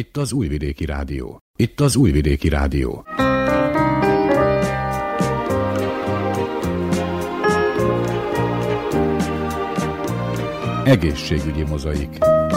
Itt az Újvidéki Rádió. Itt az Újvidéki Rádió. Egészségügyi mozaik.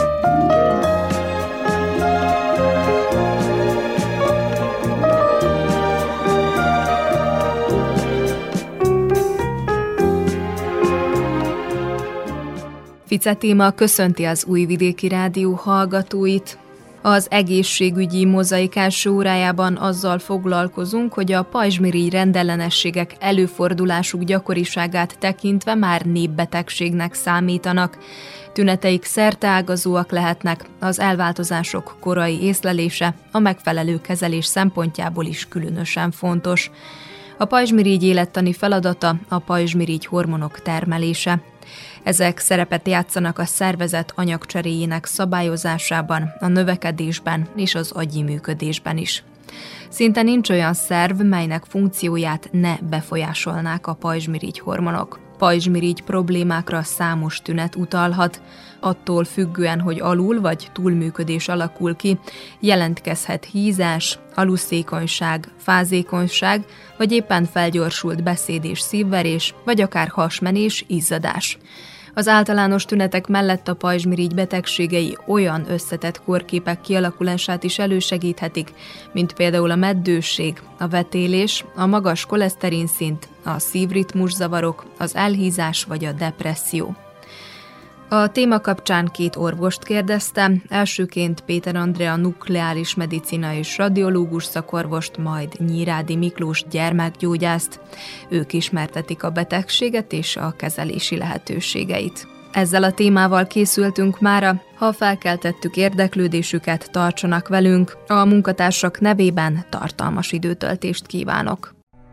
Fice téma köszönti az Újvidéki Rádió hallgatóit. Az egészségügyi mozaik első órájában azzal foglalkozunk, hogy a pajzsmirigy rendellenességek előfordulásuk gyakoriságát tekintve már népbetegségnek számítanak. Tüneteik szerteágazóak lehetnek, az elváltozások korai észlelése a megfelelő kezelés szempontjából is különösen fontos. A pajzsmirigy élettani feladata a pajzsmirigy hormonok termelése. Ezek szerepet játszanak a szervezet anyagcseréjének szabályozásában, a növekedésben és az agyi működésben is. Szinte nincs olyan szerv, melynek funkcióját ne befolyásolnák a pajzsmirigy hormonok. Pajzsmirigy problémákra számos tünet utalhat, attól függően, hogy alul vagy túlműködés alakul ki, jelentkezhet hízás, aluszékonyság, fázékonyság, vagy éppen felgyorsult beszéd és szívverés, vagy akár hasmenés, izzadás. Az általános tünetek mellett a pajzsmirigy betegségei olyan összetett kórképek kialakulását is elősegíthetik, mint például a meddőség, a vetélés, a magas koleszterinszint, a szívritmuszavarok, az elhízás vagy a depresszió. A téma kapcsán 2 orvost kérdeztem, elsőként Péter Andrea nukleáris medicina és radiológus szakorvost, majd Nyírádi Miklós gyermekgyógyászt. Ők ismertetik a betegséget és a kezelési lehetőségeit. Ezzel a témával készültünk mára, ha felkeltettük érdeklődésüket, tartsanak velünk. A munkatársak nevében tartalmas időtöltést kívánok.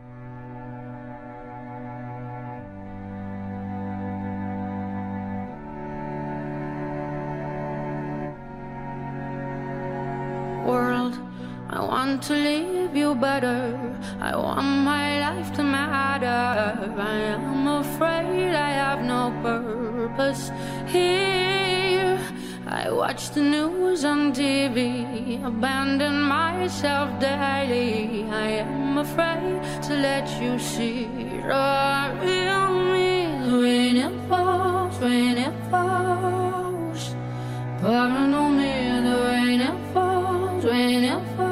I want to leave you better. I want my life to matter. I am afraid I have no purpose here. I watch the news on TV, abandon myself daily. I am afraid to let you see the real me. When it falls, pouring on me, the rain it falls, when it falls.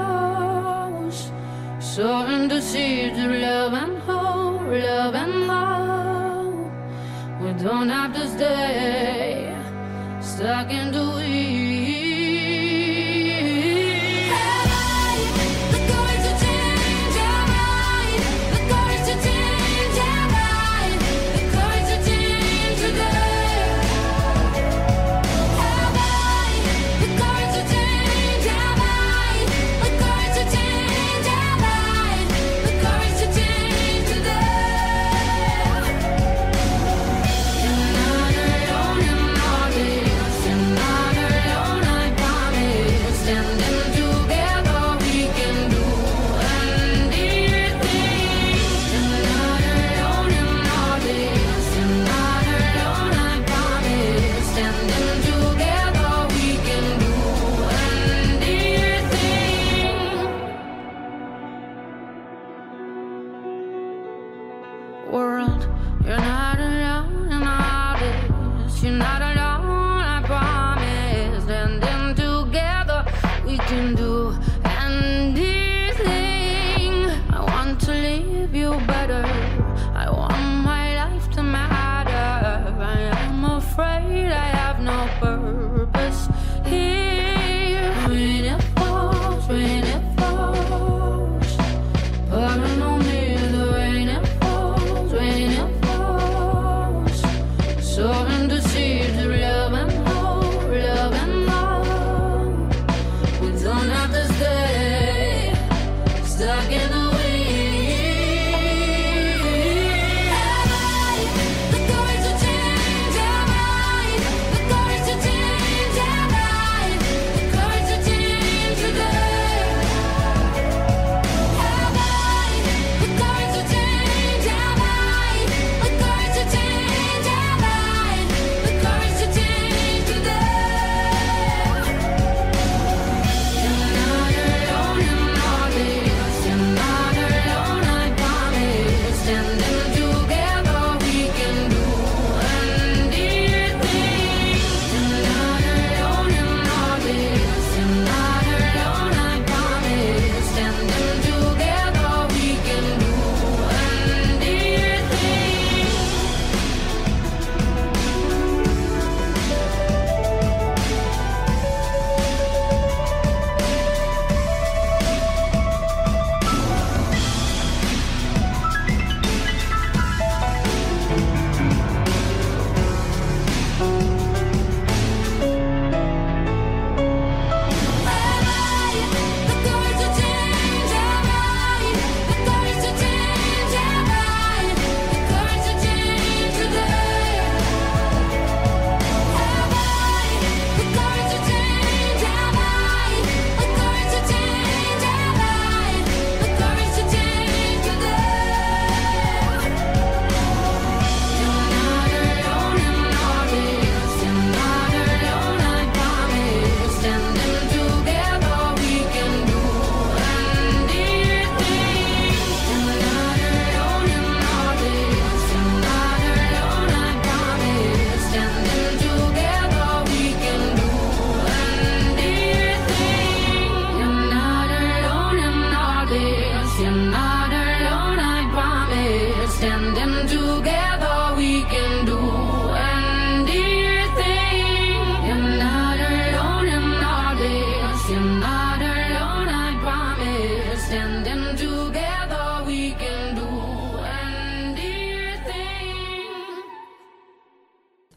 Sowing the seeds of love and hope, love and hope. We don't have to stay stuck in the weeds. You're not alone.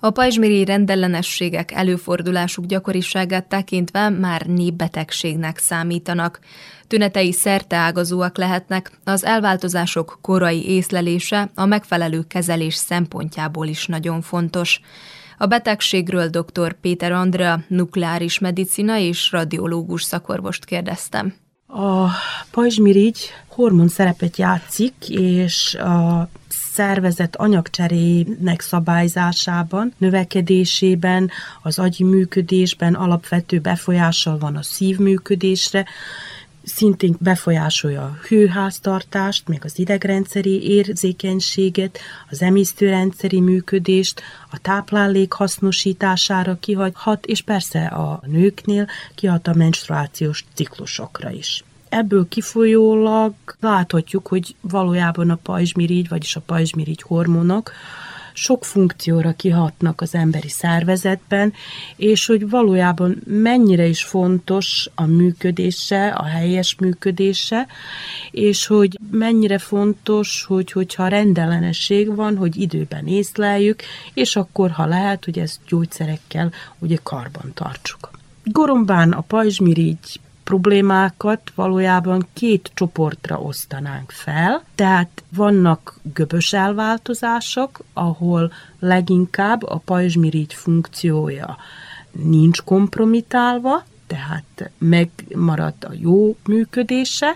A pajzsmirigy rendellenességek előfordulásuk gyakoriságát tekintve már népbetegségnek számítanak. Tünetei szerteágazóak lehetnek, az elváltozások korai észlelése a megfelelő kezelés szempontjából is nagyon fontos. A betegségről dr. Péter Andrea, nukleáris medicina és radiológus szakorvost kérdeztem. A pajzsmirigy hormon szerepet játszik, és a szervezet anyagcserének szabályzásában, növekedésében, az agyi működésben alapvető befolyással van a szívműködésre, szintén befolyásolja a hőháztartást, még az idegrendszeri érzékenységet, az emésztőrendszeri működést, a táplálék hasznosítására kihat, és persze a nőknél kihat a menstruációs ciklusokra is. Ebből kifolyólag láthatjuk, hogy valójában a pajzsmirigy, vagyis a pajzsmirigy hormonok sok funkcióra kihatnak az emberi szervezetben, és hogy valójában mennyire is fontos a működése, a helyes működése, és hogy mennyire fontos, hogyha rendellenesség van, hogy időben észleljük, és akkor, ha lehet, hogy ezt gyógyszerekkel ugye karban tartsuk. Gorombán a pajzsmirigy problémákat valójában 2 csoportra osztanánk fel, tehát vannak göbös elváltozások, ahol leginkább a pajzsmirigy funkciója nincs kompromitálva, tehát megmaradt a jó működése,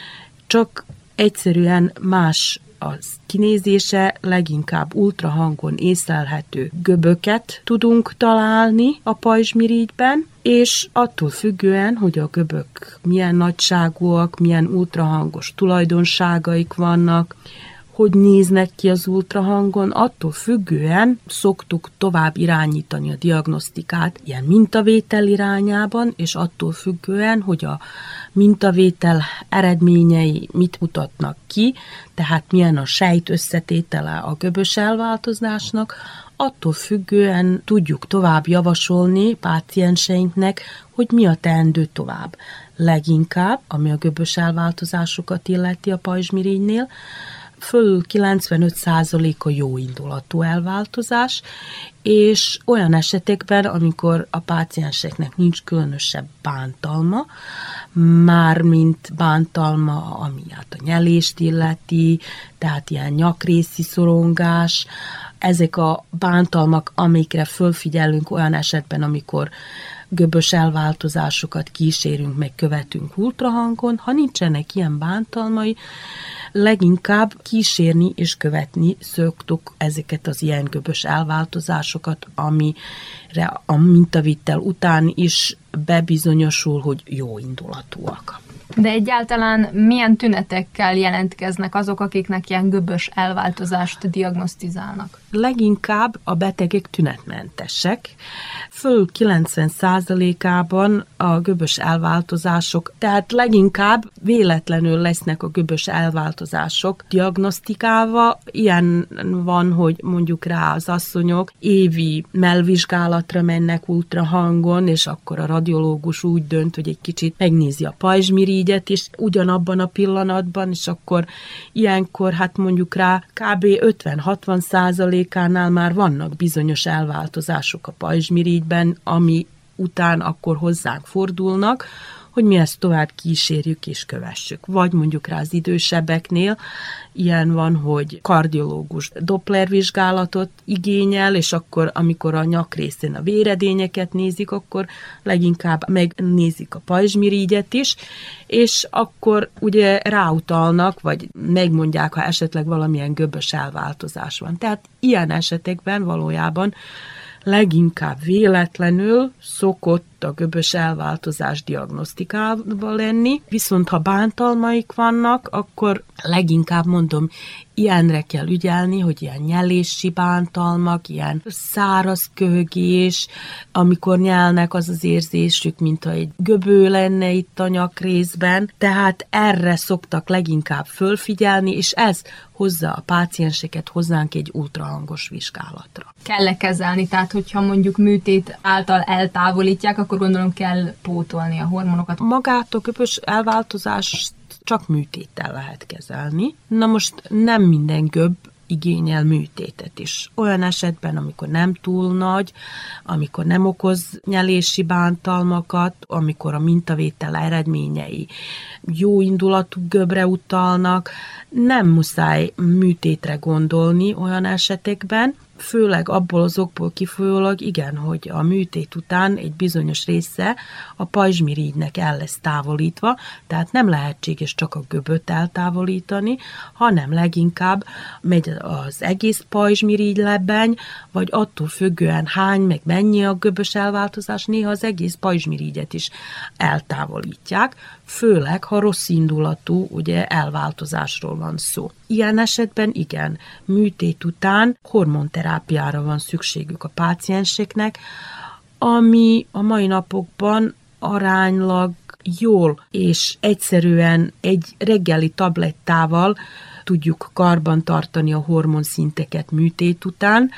csak egyszerűen más az kinézése, leginkább ultrahangon észlelhető göböket tudunk találni a pajzsmirigyben, és attól függően, hogy a göbök milyen nagyságúak, milyen ultrahangos tulajdonságaik vannak, hogy néznek ki az ultrahangon, attól függően szoktuk tovább irányítani a diagnosztikát ilyen mintavétel irányában, és attól függően, hogy a mintavétel eredményei mit mutatnak ki, tehát milyen a sejt összetétele a göbös elváltozásnak, attól függően tudjuk tovább javasolni pácienseinknek, hogy mi a teendő tovább. Leginkább, ami a göbös elváltozásokat illeti a pajzsmirigynél, fölül 95% a jóindulatú elváltozás, és olyan esetekben, amikor a pácienseknek nincs különösebb bántalma, mármint bántalma, ami a nyelést illeti, tehát ilyen nyakrészi szorongás, ezek a bántalmak, amikre fölfigyelünk olyan esetben, amikor göbös elváltozásokat kísérünk, meg követünk ultrahangon, ha nincsenek ilyen bántalmai, leginkább kísérni és követni szoktuk ezeket az ilyen göbös elváltozásokat, amire a mintavitel után is bebizonyosul, hogy jó indulatúak. De egyáltalán milyen tünetekkel jelentkeznek azok, akiknek ilyen göbös elváltozást diagnosztizálnak? Leginkább a betegek tünetmentesek. Föl 90%-ában a göbös elváltozások, tehát leginkább véletlenül lesznek a göbös elváltozások diagnosztikálva. Ilyen van, hogy mondjuk rá az asszonyok évi mellvizsgálatra mennek ultrahangon, és akkor a radiológus úgy dönt, hogy egy kicsit megnézi a pajzsmirigyet is ugyanabban a pillanatban, és akkor ilyenkor hát mondjuk rá kb. 50-60%-ánál már vannak bizonyos elváltozások a pajzsmirigyben, ami után akkor hozzánk fordulnak, hogy mi ezt tovább kísérjük és kövessük. Vagy mondjuk rá az idősebbeknél ilyen van, hogy kardiológus Doppler vizsgálatot igényel, és akkor, amikor a nyakrészén a véredényeket nézik, akkor leginkább megnézik a pajzsmirigyet is, és akkor ugye ráutalnak, vagy megmondják, ha esetleg valamilyen göbös elváltozás van. Tehát ilyen esetekben valójában leginkább véletlenül szokott a göbös elváltozás diagnosztikálva lenni, viszont ha bántalmaik vannak, akkor leginkább mondom, ilyenre kell ügyelni, hogy ilyen nyelési bántalmak, ilyen száraz köhögés, amikor nyelnek, az az érzésük, mintha egy göbő lenne itt a nyakrészben, tehát erre szoktak leginkább fölfigyelni, és ez hozza a pácienseket hozzánk egy ultrahangos vizsgálatra. Kell-e kezelni? Tehát, hogyha mondjuk műtét által eltávolítják, akkor gondolom kell pótolni a hormonokat. Magát a göbös elváltozást csak műtéttel lehet kezelni. Na most nem minden göb igényel műtétet is. Olyan esetben, amikor nem túl nagy, amikor nem okoz nyelési bántalmakat, amikor a mintavétel eredményei jó indulatú göbre utalnak, nem muszáj műtétre gondolni olyan esetekben, főleg abból az okból kifolyólag, igen, hogy a műtét után egy bizonyos része a pajzsmirigynek el lesz távolítva, tehát nem lehetséges csak a göböt eltávolítani, hanem leginkább megy az egész pajzsmirigylebeny, vagy attól függően hány, meg mennyi a göbös elváltozás, néha az egész pajzsmirigyet is eltávolítják, főleg, ha rossz indulatú ugye, elváltozásról van szó. Ilyen esetben igen, műtét után hormonterápiára van szükségük a pácienseknek, ami a mai napokban aránylag jól és egyszerűen egy reggeli tablettával tudjuk karban tartani a hormonszinteket műtét után,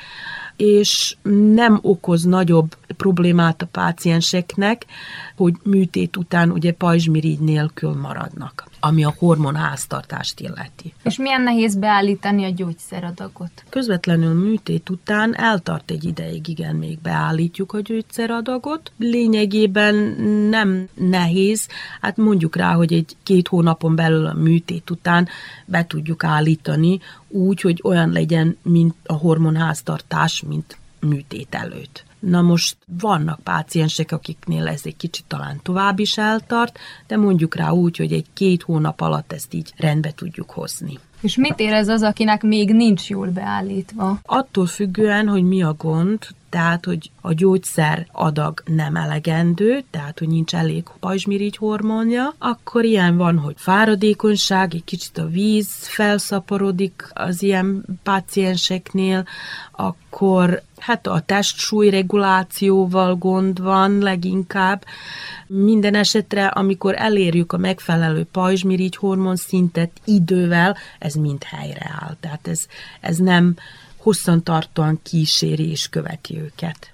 és nem okoz nagyobb problémát a pácienseknek, hogy műtét után ugye pajzsmirigy nélkül maradnak, ami a hormonháztartást illeti. És milyen nehéz beállítani a gyógyszeradagot? Közvetlenül műtét után eltart egy ideig, igen, még beállítjuk a gyógyszeradagot. Lényegében nem nehéz, hát mondjuk rá, hogy 1-2 hónapon belül a műtét után be tudjuk állítani úgy, hogy olyan legyen, mint a hormonháztartás, mint műtét előtt. Na most vannak páciensek, akiknél ez egy kicsit talán tovább is eltart, de mondjuk rá úgy, hogy 1-2 hónap alatt ezt így rendbe tudjuk hozni. És mit érez az, akinek még nincs jól beállítva? Attól függően, hogy mi a gond, tehát, hogy a gyógyszer adag nem elegendő, tehát, hogy nincs elég pajzsmirigy hormonja, akkor ilyen van, hogy fáradékonyság, egy kicsit a víz felszaporodik az ilyen pácienseknél, akkor hát a testsúly regulációval gond van leginkább. Minden esetre, amikor elérjük a megfelelő pajzsmirigy hormonszintet idővel, ez mind helyreáll. Tehát ez nem hosszantartóan kíséri és követi őket.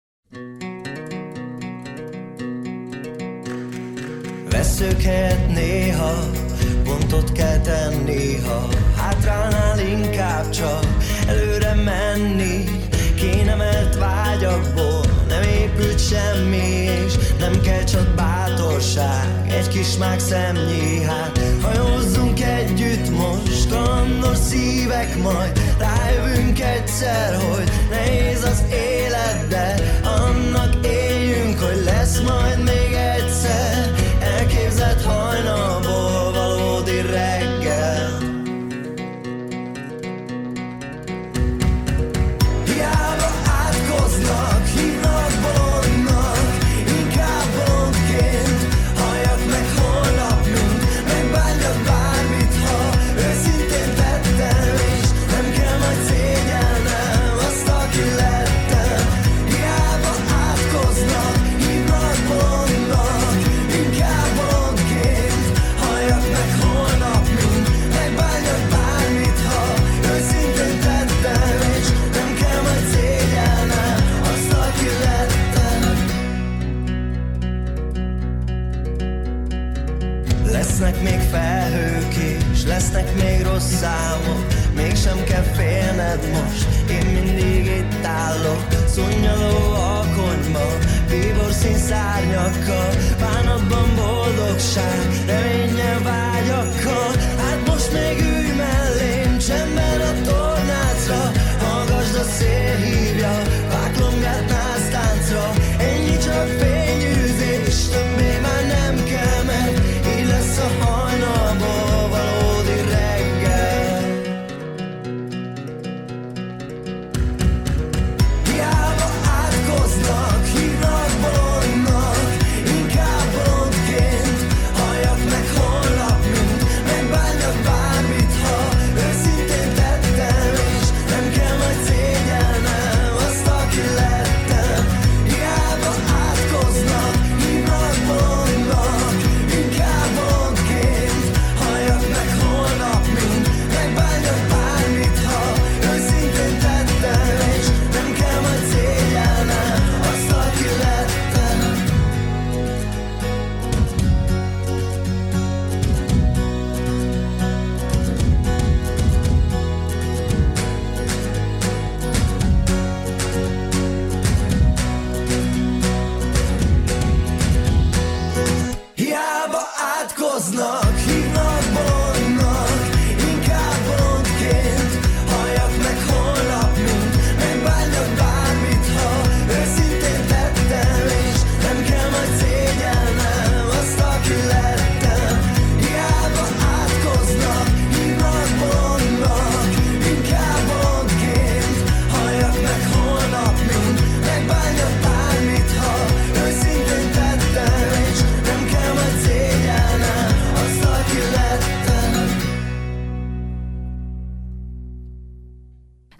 Veszők helyett néha pontot kell tenni, ha hátránál inkább csak előre menni. Kénemelt vágyakból nem épült semmi, és nem kell csak bátorság, egy kis mágszemnyi. Hát hajózzunk együtt most, kalandos szívek, majd rájövünk egyszer, hogy nehéz az élet, de annak éljünk, hogy lesz majd még egyszer elképzelt hajnalból valódi reggel. Hiába átkoznak, hívnak bolondnak, inkább bolondként halljak meg holnap, mint megbánjak bármit, ha őszintén tettem, és nem kell majd szégyelnem azt, aki lettem. Hiába átkoznak, hívnak bolondnak, inkább bolondként halljak meg holnap, mint megbánjak bármit, ha őszintén tettem, és nem kell majd szégyelnem azt, aki lettem. Lesznek még felhők és lesznek még rossz számok, mégsem kell félned most, én mindig itt állok. Szunnyadó alkonyban, bíborszín szárnyakkal, bánatban boldogság, reménnyel vágyakkal. Hát most még ülj mellém, csendben a tornácra, hallgasd a szél hívja, váklongát násztáncra. Ennyi csak fényűzés, többé már nem kell, mert így lesz a hajnalból valódi reggel. Hiába átkoznak, hívnak bolondnak, inkább bolondként halljak meg holnap, mint megbánjak bármit, ha őszintén tettem, és nem kell majd szégyelnem azt, aki lettem. Hiába átkoznak,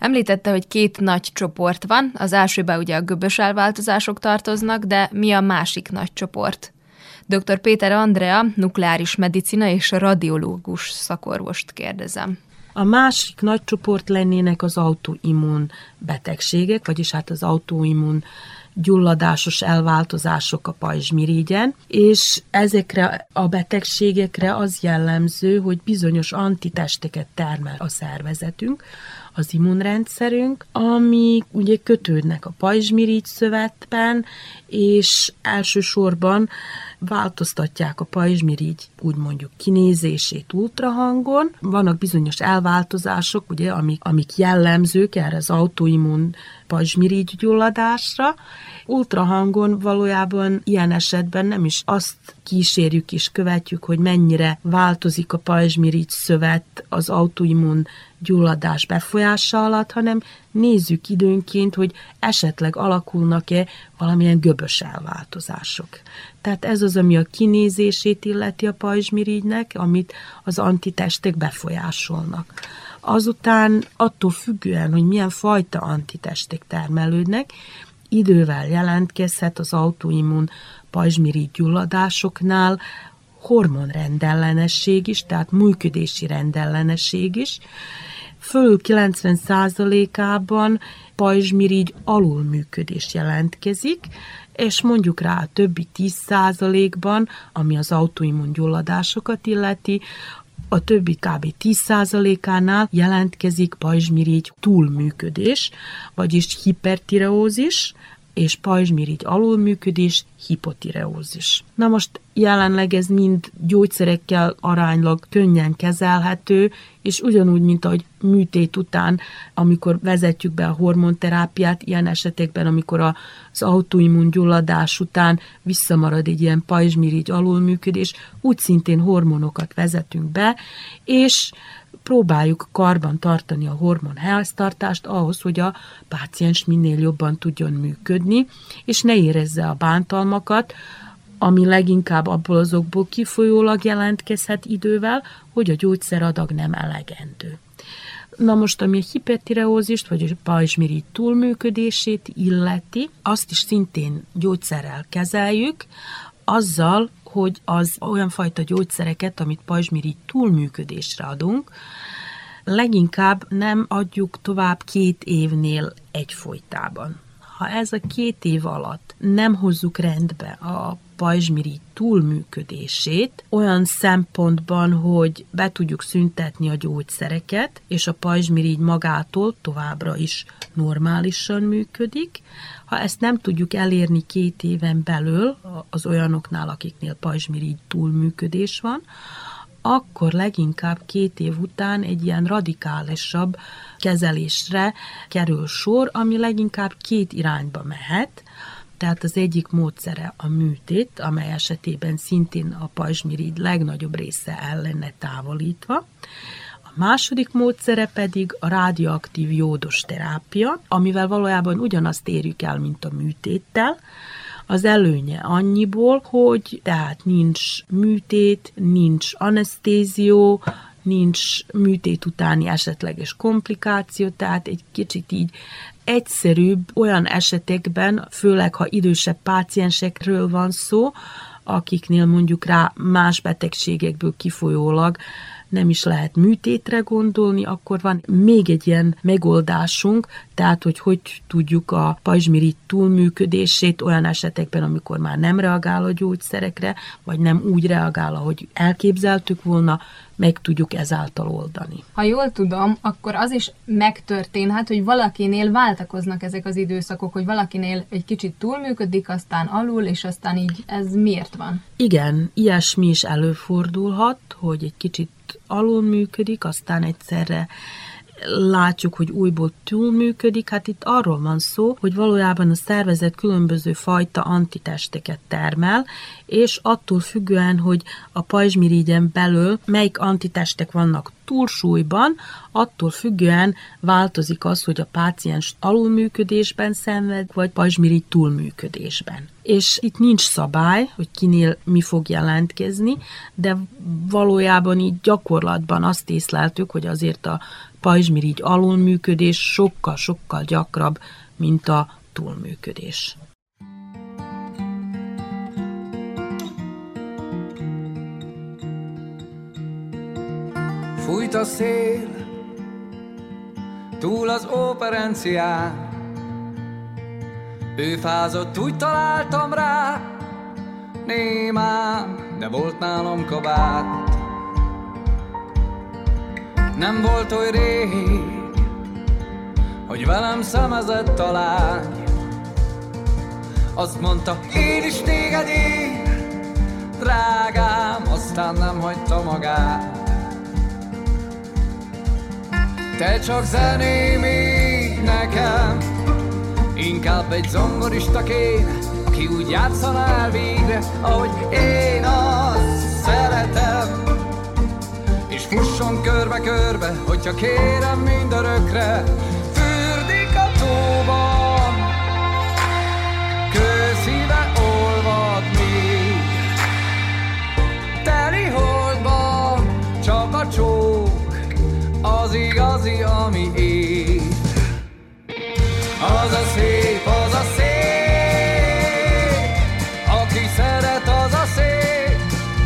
Említette, hogy 2 nagy csoport van, az elsőben ugye a göbös elváltozások tartoznak, de mi a másik nagy csoport? Dr. Péter Andrea, nukleáris medicina és radiológus szakorvost kérdezem. A másik nagy csoport lennének az autoimmun betegségek, vagyis hát az autoimmun gyulladásos elváltozások a pajzsmirigyen, és ezekre a betegségekre az jellemző, hogy bizonyos antitesteket termel a szervezetünk, az immunrendszerünk, ami ugye kötődnek a pajzsmirigy szövetben, és elsősorban változtatják a pajzsmirigy, úgy mondjuk kinézését ultrahangon. Vannak bizonyos elváltozások, ugye, amik jellemzők erre az autoimmun pajzsmirigy gyulladásra. Ultrahangon valójában ilyen esetben nem is azt kísérjük és követjük, hogy mennyire változik a pajzsmirigy szövet az autoimmun gyulladás befolyása alatt, hanem nézzük időnként, hogy esetleg alakulnak-e valamilyen göbös elváltozások. Tehát ez az, ami a kinézését illeti a pajzsmirigynek, amit az antitestek befolyásolnak. Azután attól függően, hogy milyen fajta antitestek termelődnek, idővel jelentkezhet az autoimmun pajzsmirigy gyulladásoknál hormonrendellenesség is, tehát működési rendellenesség is. Fölül 90%-ában pajzsmirigy alulműködés jelentkezik, és mondjuk rá a többi 10%-ban, ami az autoimmun gyulladásokat illeti, a többi kb. 10%-ánál jelentkezik pajzsmirigy túlműködés, vagyis hipertireózis, és pajzsmirigy alulműködés, hipotireózis. Na most jelenleg ez mind gyógyszerekkel aránylag könnyen kezelhető, és ugyanúgy, mint ahogy műtét után, amikor vezetjük be a hormonterápiát, ilyen esetekben, amikor az autoimmun gyulladás után visszamarad egy ilyen pajzsmirigy alulműködés, úgy szintén hormonokat vezetünk be, és próbáljuk karban tartani a hormonháztartást ahhoz, hogy a páciens minél jobban tudjon működni, és ne érezze a bántalmakat, ami leginkább abból azokból kifolyólag jelentkezhet idővel, hogy a gyógyszeradag nem elegendő. Na most, ami a hipertireózist, vagy a pajzsmirigy túlműködését illeti, azt is szintén gyógyszerrel kezeljük, azzal, hogy az olyan fajta gyógyszereket, amit pajzsmirigy túlműködésre adunk, leginkább nem adjuk tovább 2 évnél egyfolytában. Ha ez a 2 év alatt nem hozzuk rendbe a pajzsmirigy túlműködését, olyan szempontban, hogy be tudjuk szüntetni a gyógyszereket, és a pajzsmirigy magától továbbra is normálisan működik. Ha ezt nem tudjuk elérni 2 éven belül az olyanoknál, akiknél pajzsmirigy túlműködés van, akkor leginkább 2 év után egy ilyen radikálisabb kezelésre kerül sor, ami leginkább 2 irányba mehet. Tehát az egyik módszere a műtét, amely esetében szintén a pajzsmirigy legnagyobb része el lenne távolítva. A második módszere pedig a radioaktív jódos terápia, amivel valójában ugyanazt érjük el, mint a műtéttel. Az előnye annyiból, hogy tehát nincs műtét, nincs anesztézió, nincs műtét utáni esetleges komplikáció, tehát egy kicsit így egyszerűbb olyan esetekben, főleg ha idősebb páciensekről van szó, akiknél mondjuk rá más betegségekből kifolyólag nem is lehet műtétre gondolni, akkor van még egy ilyen megoldásunk, tehát hogy tudjuk a pajzsmirigy túlműködését olyan esetekben, amikor már nem reagál a gyógyszerekre, vagy nem úgy reagál, ahogy elképzeltük volna, meg tudjuk ezáltal oldani. Ha jól tudom, akkor az is megtörténhet, hogy valakinél váltakoznak ezek az időszakok, hogy valakinél egy kicsit túlműködik, aztán alul, és aztán így ez miért van? Igen, ilyesmi is előfordulhat, hogy egy kicsit alul működik, aztán egyszerre látjuk, hogy újból túlműködik. Hát itt arról van szó, hogy valójában a szervezet különböző fajta antitesteket termel, és attól függően, hogy a pajzsmirigyen belül melyik antitestek vannak túlsúlyban, attól függően változik az, hogy a páciens alulműködésben szenved, vagy pajzsmirigy túlműködésben. És itt nincs szabály, hogy kinél mi fog jelentkezni, de valójában így gyakorlatban azt észleltük, hogy azért a pajzsmirigy alulműködés sokkal-sokkal gyakrabb, mint a túlműködés. Fújt a szél túl az operencián, ő fázott, úgy találtam rá, némán, de volt nálam kabát. Nem volt oly rég, hogy velem szemezett a lány. Azt mondta, én is téged ér, drágám, aztán nem hagyta magát. Te csak zeném nekem, inkább egy zongorista kéne, aki úgy játszanál végre, ahogy én azt szeretem. És fusson körbe-körbe, hogyha kérem mindörökre, fürdik a tóban, kőszíve olvad még. Teli holdban csak a csók, az igazi, ami él. Az a szép, aki szeret, az a szép,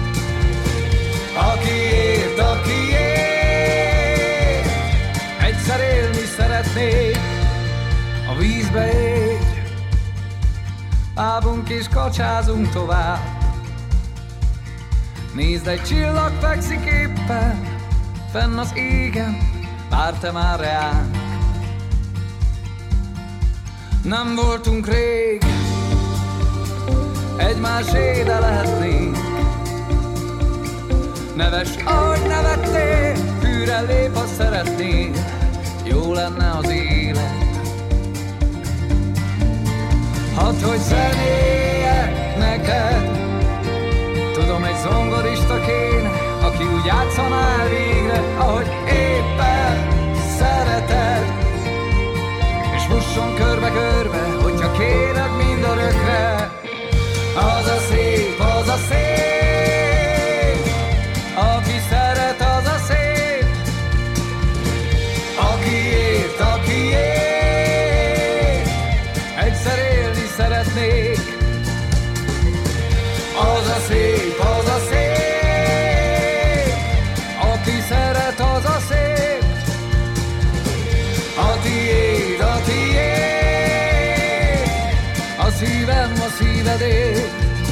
aki ért, egyszer élni szeretnék, a vízbe égy, lábunk és kacsázunk tovább. Nézd, egy csillag fekszik éppen fenn az égen, vár te már reánk. Nem voltunk rég, egymásé, de lehetnénk. Neves, ahogy nevettél, fűre lép, ha szeretnél, jó lenne az élet. Hadd, hogy zenéljek neked, tudom, egy zongorista kéne, aki úgy játszanál végre, ahogy éppen szereted. És fusson körbe-körbe, hogyha kéred mindörökre. Az a szép, aki szeret, az a szép, aki ért, egyszer élni szeretnék. Az a szép, aki szeret, az a szép, a tiéd, a szívem, a szívedé.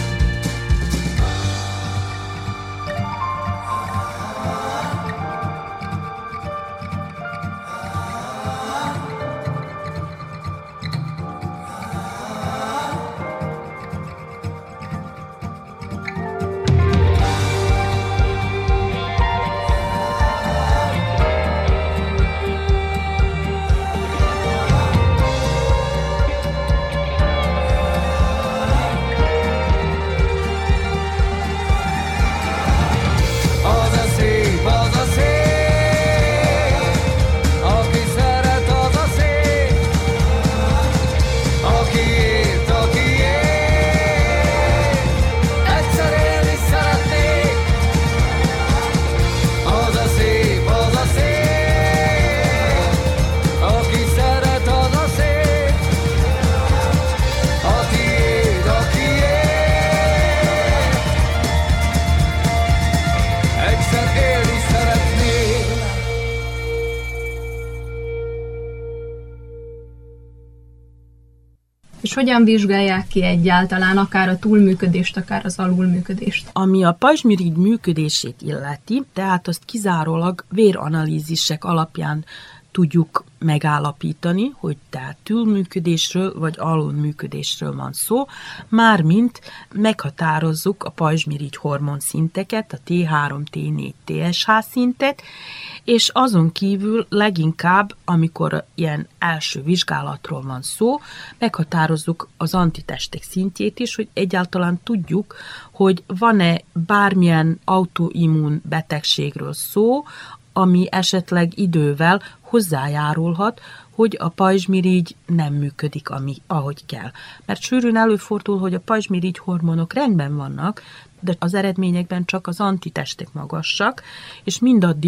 És hogyan vizsgálják ki egyáltalán akár a túlműködést, akár az alulműködést? Ami a pajzsmirigy működését illeti, tehát azt kizárólag véranalízisek alapján tudjuk megállapítani, hogy tehát túlműködésről vagy alulműködésről van szó, mármint meghatározzuk a pajzsmirigy hormonszinteket, a T3, T4, TSH szintet, és azon kívül leginkább, amikor ilyen első vizsgálatról van szó, meghatározzuk az antitestek szintjét is, hogy egyáltalán tudjuk, hogy van-e bármilyen autoimmun betegségről szó, ami esetleg idővel hozzájárulhat, hogy a pajzsmirigy nem működik, ahogy kell. Mert sűrűn előfordul, hogy a pajzsmirigy hormonok rendben vannak, de az eredményekben csak az antitestek magasak, és mindaddig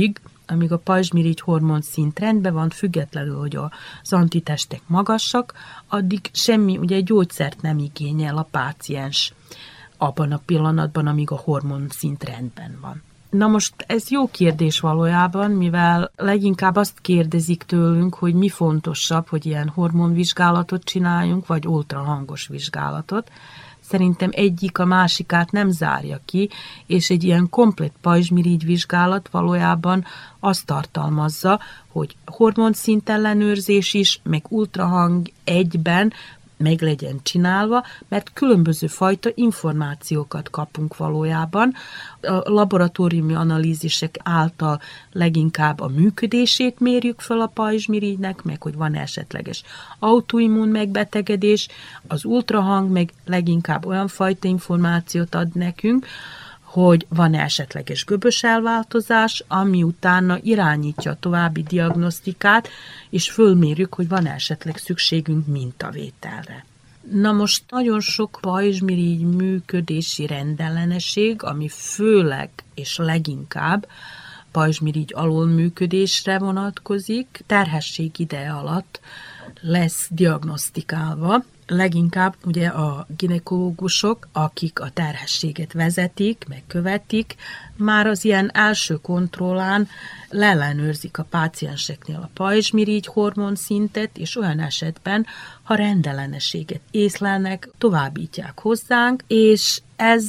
amíg a pajzsmirigy hormon szint rendben van, függetlenül, hogy az antitestek magasak, addig semmi, ugye gyógyszert nem igényel a páciens abban a pillanatban, amíg a hormon szint rendben van. Na most ez jó kérdés valójában, mivel leginkább azt kérdezik tőlünk, hogy mi fontosabb, hogy ilyen hormonvizsgálatot csináljunk, vagy ultrahangos vizsgálatot. Szerintem egyik a másikát nem zárja ki, és egy ilyen komplett pajzsmirigy vizsgálat valójában azt tartalmazza, hogy hormonszint ellenőrzés is, meg ultrahang egyben meg legyen csinálva, mert különböző fajta információkat kapunk valójában. A laboratóriumi analízisek által leginkább a működését mérjük fel a pajzsmirigynek, meg hogy van esetleges autoimmun megbetegedés, az ultrahang meg leginkább olyan fajta információt ad nekünk, hogy van esetleges göbös elváltozás, ami utána irányítja a további diagnosztikát, és fölmérjük, hogy van esetleg szükségünk mintavételre. Na most nagyon sok pajzsmirigy működési rendellenesség, ami főleg és leginkább pajzsmirigy alulműködésre vonatkozik, terhesség ideje alatt lesz diagnosztikálva. Leginkább ugye a ginekológusok, akik a terhességet vezetik, megkövetik, már az ilyen első kontrollán leellenőrzik a pácienseknél a pajzsmirigy hormonszintet, és olyan esetben, ha rendellenességet észlelnek, továbbítják hozzánk, és ez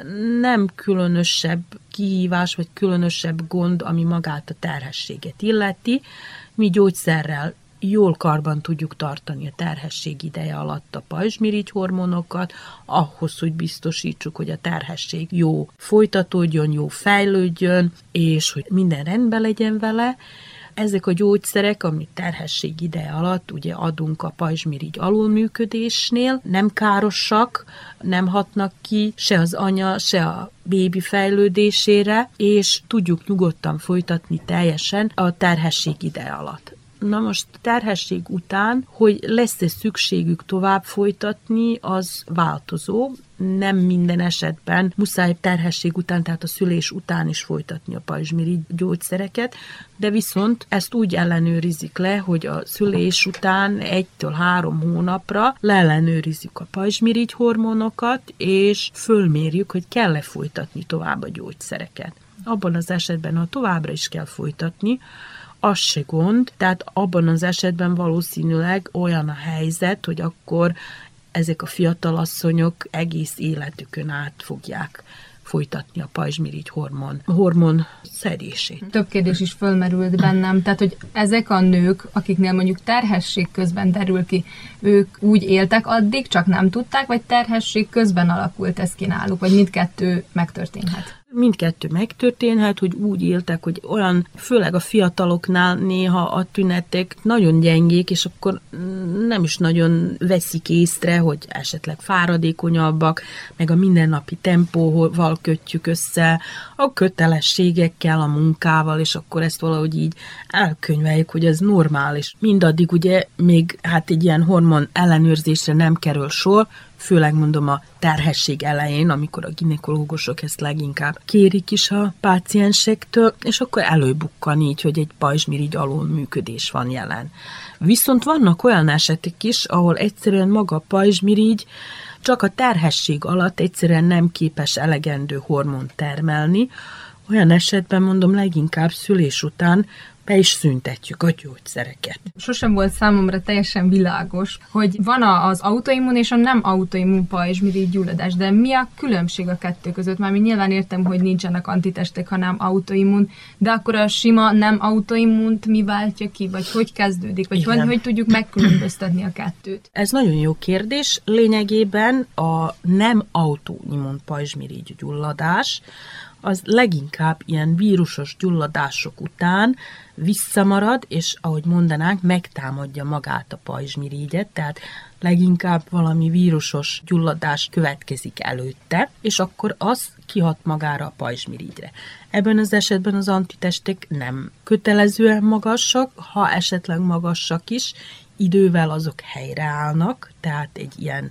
nem különösebb kihívás, vagy különösebb gond, ami magát a terhességet illeti. Mi gyógyszerrel jól karban tudjuk tartani a terhesség ideje alatt a pajzsmirigy hormonokat, ahhoz, hogy biztosítsuk, hogy a terhesség jó folytatódjon, jó fejlődjön, és hogy minden rendben legyen vele. Ezek a gyógyszerek, amit terhesség ideje alatt ugye adunk a pajzsmirigy alulműködésnél, nem károsak, nem hatnak ki se az anya, se a bébi fejlődésére, és tudjuk nyugodtan folytatni teljesen a terhesség ideje alatt. Na most terhesség után, hogy lesz-e szükségük tovább folytatni, az változó. Nem minden esetben muszáj terhesség után, tehát a szülés után is folytatni a pajzsmirigy gyógyszereket, de viszont ezt úgy ellenőrizik le, hogy a szülés után 1-3 hónapra leellenőrizzük a pajzsmirigy hormonokat, és fölmérjük, hogy kell-e folytatni tovább a gyógyszereket. Abban az esetben, ha továbbra is kell folytatni, az se gond, tehát abban az esetben valószínűleg olyan a helyzet, hogy akkor ezek a fiatalasszonyok egész életükön át fogják folytatni a pajzsmirigy hormon szedését. Több kérdés is fölmerült bennem, tehát hogy ezek a nők, akiknél mondjuk terhesség közben derül ki, ők úgy éltek addig, csak nem tudták, vagy terhesség közben alakult ez ki náluk, vagy mindkettő megtörténhet? Mindkettő megtörténhet, hogy úgy éltek, hogy olyan, főleg a fiataloknál néha a tünetek nagyon gyengék, és akkor nem is nagyon veszik észre, hogy esetleg fáradékonyabbak, meg a mindennapi tempóval kötjük össze, a kötelességekkel, a munkával, és akkor ezt valahogy így elkönyveljük, hogy ez normális. Mindaddig ugye még egy ilyen hormon ellenőrzésre nem kerül sor, főleg mondom a terhesség elején, amikor a ginekológusok ezt leginkább kérik is a páciensektől, és akkor előbukkan így, hogy egy pajzsmirigy alulműködés van jelen. Viszont vannak olyan esetek is, ahol egyszerűen maga a pajzsmirigy csak a terhesség alatt egyszerűen nem képes elegendő hormont termelni. Olyan esetben mondom leginkább szülés után be is szüntetjük a gyógyszereket. Sosem volt számomra teljesen világos, hogy van az autoimmun és a nem autoimmun pajzsmirigy gyulladás, de mi a különbség a kettő között? Mármint nyilván értem, hogy nincsenek antitestek, hanem autoimmun, de akkor a sima nem autoimmunt mi váltja ki, vagy hogy kezdődik, vagy hogy tudjuk megkülönböztetni a kettőt? Ez nagyon jó kérdés. Lényegében a nem autoimmun pajzsmirigy gyulladás az leginkább ilyen vírusos gyulladások után visszamarad, és ahogy mondanánk, megtámadja magát a pajzsmirigyet, tehát leginkább valami vírusos gyulladás következik előtte, és akkor az kihat magára a pajzsmirigyre. Ebben az esetben az antitestek nem kötelezően magasak, ha esetleg magasak is, idővel azok helyreállnak, tehát egy ilyen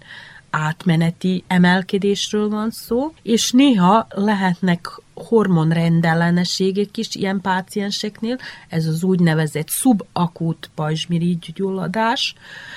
átmeneti emelkedésről van szó, és néha lehetnek hormonrendellenességek is ilyen pácienseknél, ez az úgynevezett szubakút pajzsmirigy gyulladás,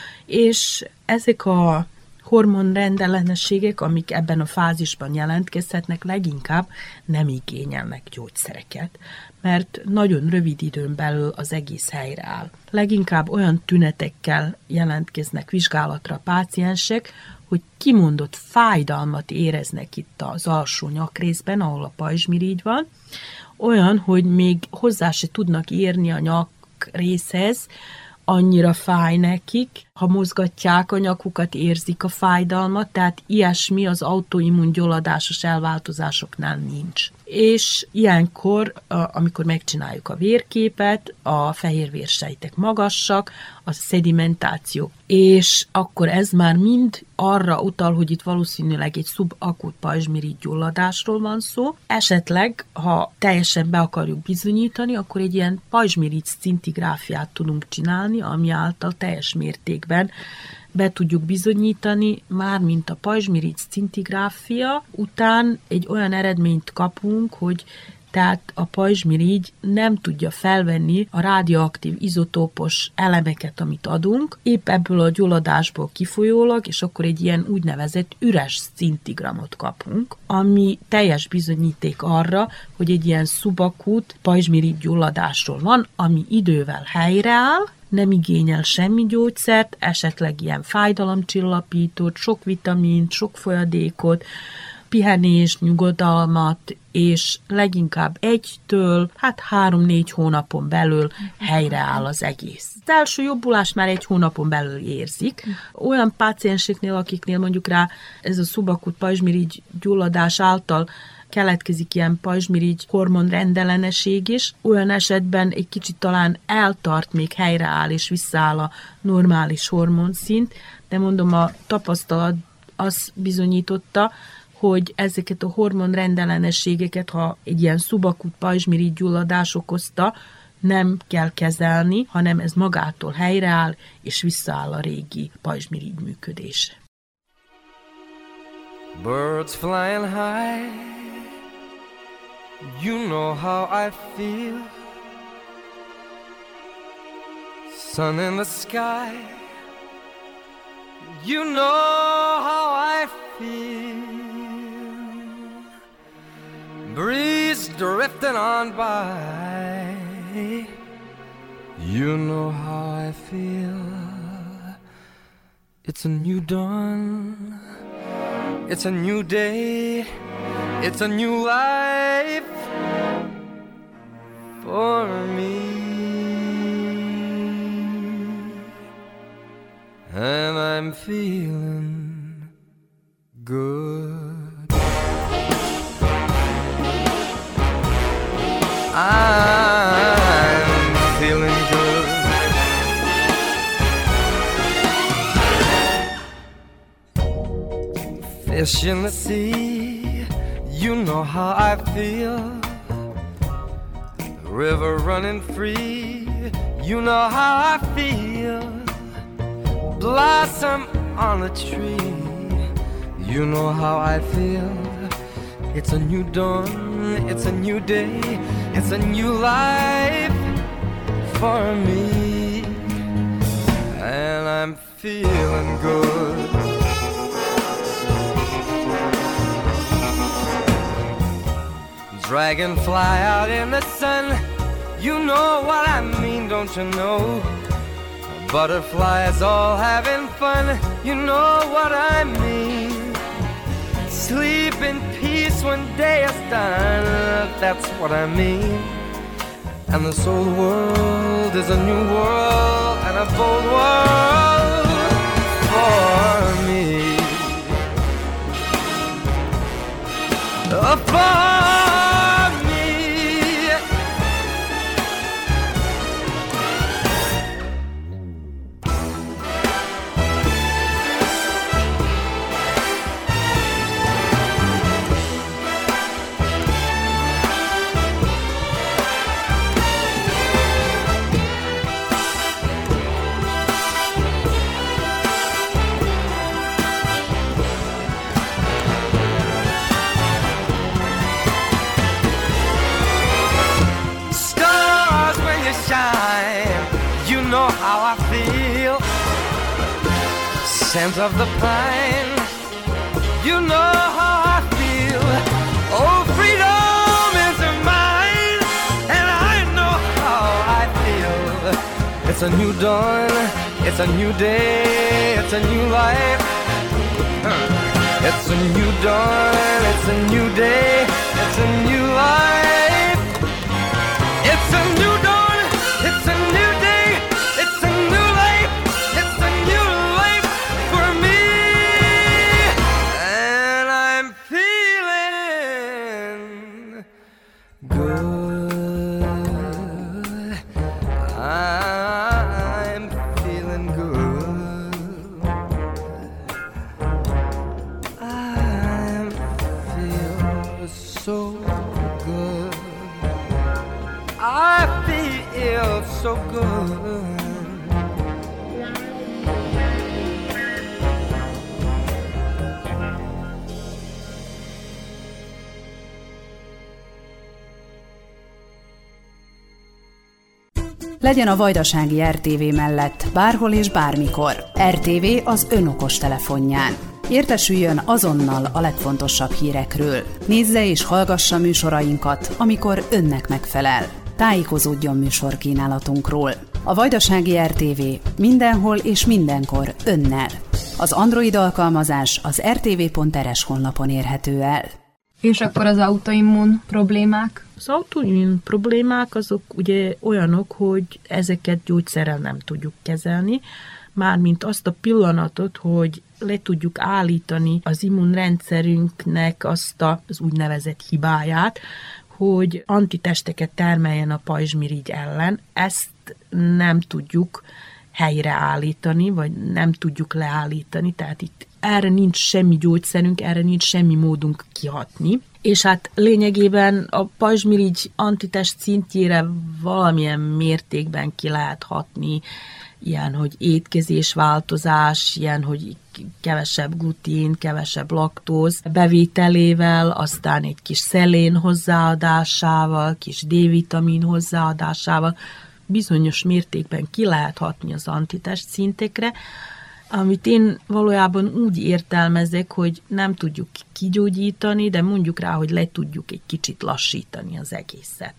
és ezek a hormonrendellenességek, amik ebben a fázisban jelentkezhetnek, leginkább nem igényelnek gyógyszereket, mert nagyon rövid időn belül az egész helyreáll. Leginkább olyan tünetekkel jelentkeznek vizsgálatra a páciensek, hogy kimondott fájdalmat éreznek itt az alsó nyakrészben, ahol a pajzsmirigy van, olyan, hogy még hozzá se tudnak érni a nyakrészhez, annyira fáj nekik, ha mozgatják a nyakukat, érzik a fájdalmat, tehát ilyesmi az autoimmun gyulladásos elváltozásoknál nincs. És ilyenkor, amikor megcsináljuk a vérképet, a fehérvérsejtek magasak, a szedimentáció, és akkor ez már mind arra utal, hogy itt valószínűleg egy szubakut pajzsmirigy gyulladásról van szó. Esetleg, ha teljesen be akarjuk bizonyítani, akkor egy ilyen pajzsmirigy szintigráfiát tudunk csinálni, ami által teljes mértékben be tudjuk bizonyítani, mármint a pajzsmirigy szintigráfia után egy olyan eredményt kapunk, hogy tehát a pajzsmirigy nem tudja felvenni a radioaktív izotópos elemeket, amit adunk, épp ebből a gyulladásból kifolyólag, és akkor egy ilyen úgynevezett üres szintigramot kapunk, ami teljes bizonyíték arra, hogy egy ilyen szubakút pajzsmirigy gyulladásról van, ami idővel helyreáll, nem igényel semmi gyógyszert, esetleg ilyen fájdalomcsillapítót, sok vitamint, sok folyadékot, pihenést, nyugodalmat, és leginkább 1-től 3-4 hónapon belül helyreáll az egész. Az első jobbulást már 1 hónapon belül érzik. Olyan pácienseknél, akiknél mondjuk rá ez a szubakut pajzsmirigy gyulladás által keletkezik ilyen pajzsmirigy hormonrendellenesség is, olyan esetben egy kicsit talán eltart, még helyreáll és visszaáll a normális hormonszint, de mondom, a tapasztalat az bizonyította, hogy ezeket a hormonrendellenességeket, ha egy ilyen szubakut pajzsmirigy gyulladás okozta, nem kell kezelni, hanem ez magától helyreáll, és visszaáll a régi pajzsmirigy működése. Birds flying high, you know how I feel. Sun in the sky, you know how I feel. Breeze drifting on by, you know how I feel. It's a new dawn, it's a new day, it's a new life for me. And I'm feeling good. I'm feeling good. Fish in the sea, you know how I feel. River running free, you know how I feel. Blossom on a tree, you know how I feel. It's a new dawn, it's a new day, it's a new life for me. And I'm feeling good. Dragonfly out in the sun, you know what I mean, don't you know? Butterflies all having fun, you know what I mean. Sleep in peace when day is done, that's what I mean. And this old world is a new world and a bold world for me. For scent of the pine. You know how I feel. Oh, freedom is mine, and I know how I feel. It's a new dawn, it's a new day, it's a new life. It's a new dawn, it's a new day, it's a new life. It's a new dawn, it's a new day, it's a new life, it's a new life for me. And I'm feeling good. I'm feeling good. I feel so good. I feel so good. Legyen a Vajdasági RTV mellett bárhol és bármikor. RTV az ön okos telefonján. Értesüljön azonnal a legfontosabb hírekről. Nézze és hallgassa műsorainkat, amikor önnek megfelel. Tájékozódjon műsorkínálatunkról. A Vajdasági RTV mindenhol és mindenkor önnel. Az Android alkalmazás az rtv.rs honlapon érhető el. És akkor az autoimmun problémák? Az autoimmun problémák azok ugye olyanok, hogy ezeket gyógyszerrel nem tudjuk kezelni, mármint azt a pillanatot, hogy le tudjuk állítani az immunrendszerünknek azt az úgynevezett hibáját, hogy antitesteket termeljen a pajzsmirigy ellen. Ezt nem tudjuk helyreállítani, vagy nem tudjuk leállítani, tehát itt erre nincs semmi gyógyszerünk, erre nincs semmi módunk kihatni. És hát lényegében a pajzsmirigy antitest szintjére valamilyen mértékben ki lehet hatni, ilyen, hogy étkezésváltozás, ilyen, hogy kevesebb glutén, kevesebb laktóz bevételével, aztán egy kis szelén hozzáadásával, kis D-vitamin hozzáadásával bizonyos mértékben ki lehet hatni az antitest szintekre, amit én valójában úgy értelmezek, hogy nem tudjuk kigyógyítani, de mondjuk rá, hogy le tudjuk egy kicsit lassítani az egészet.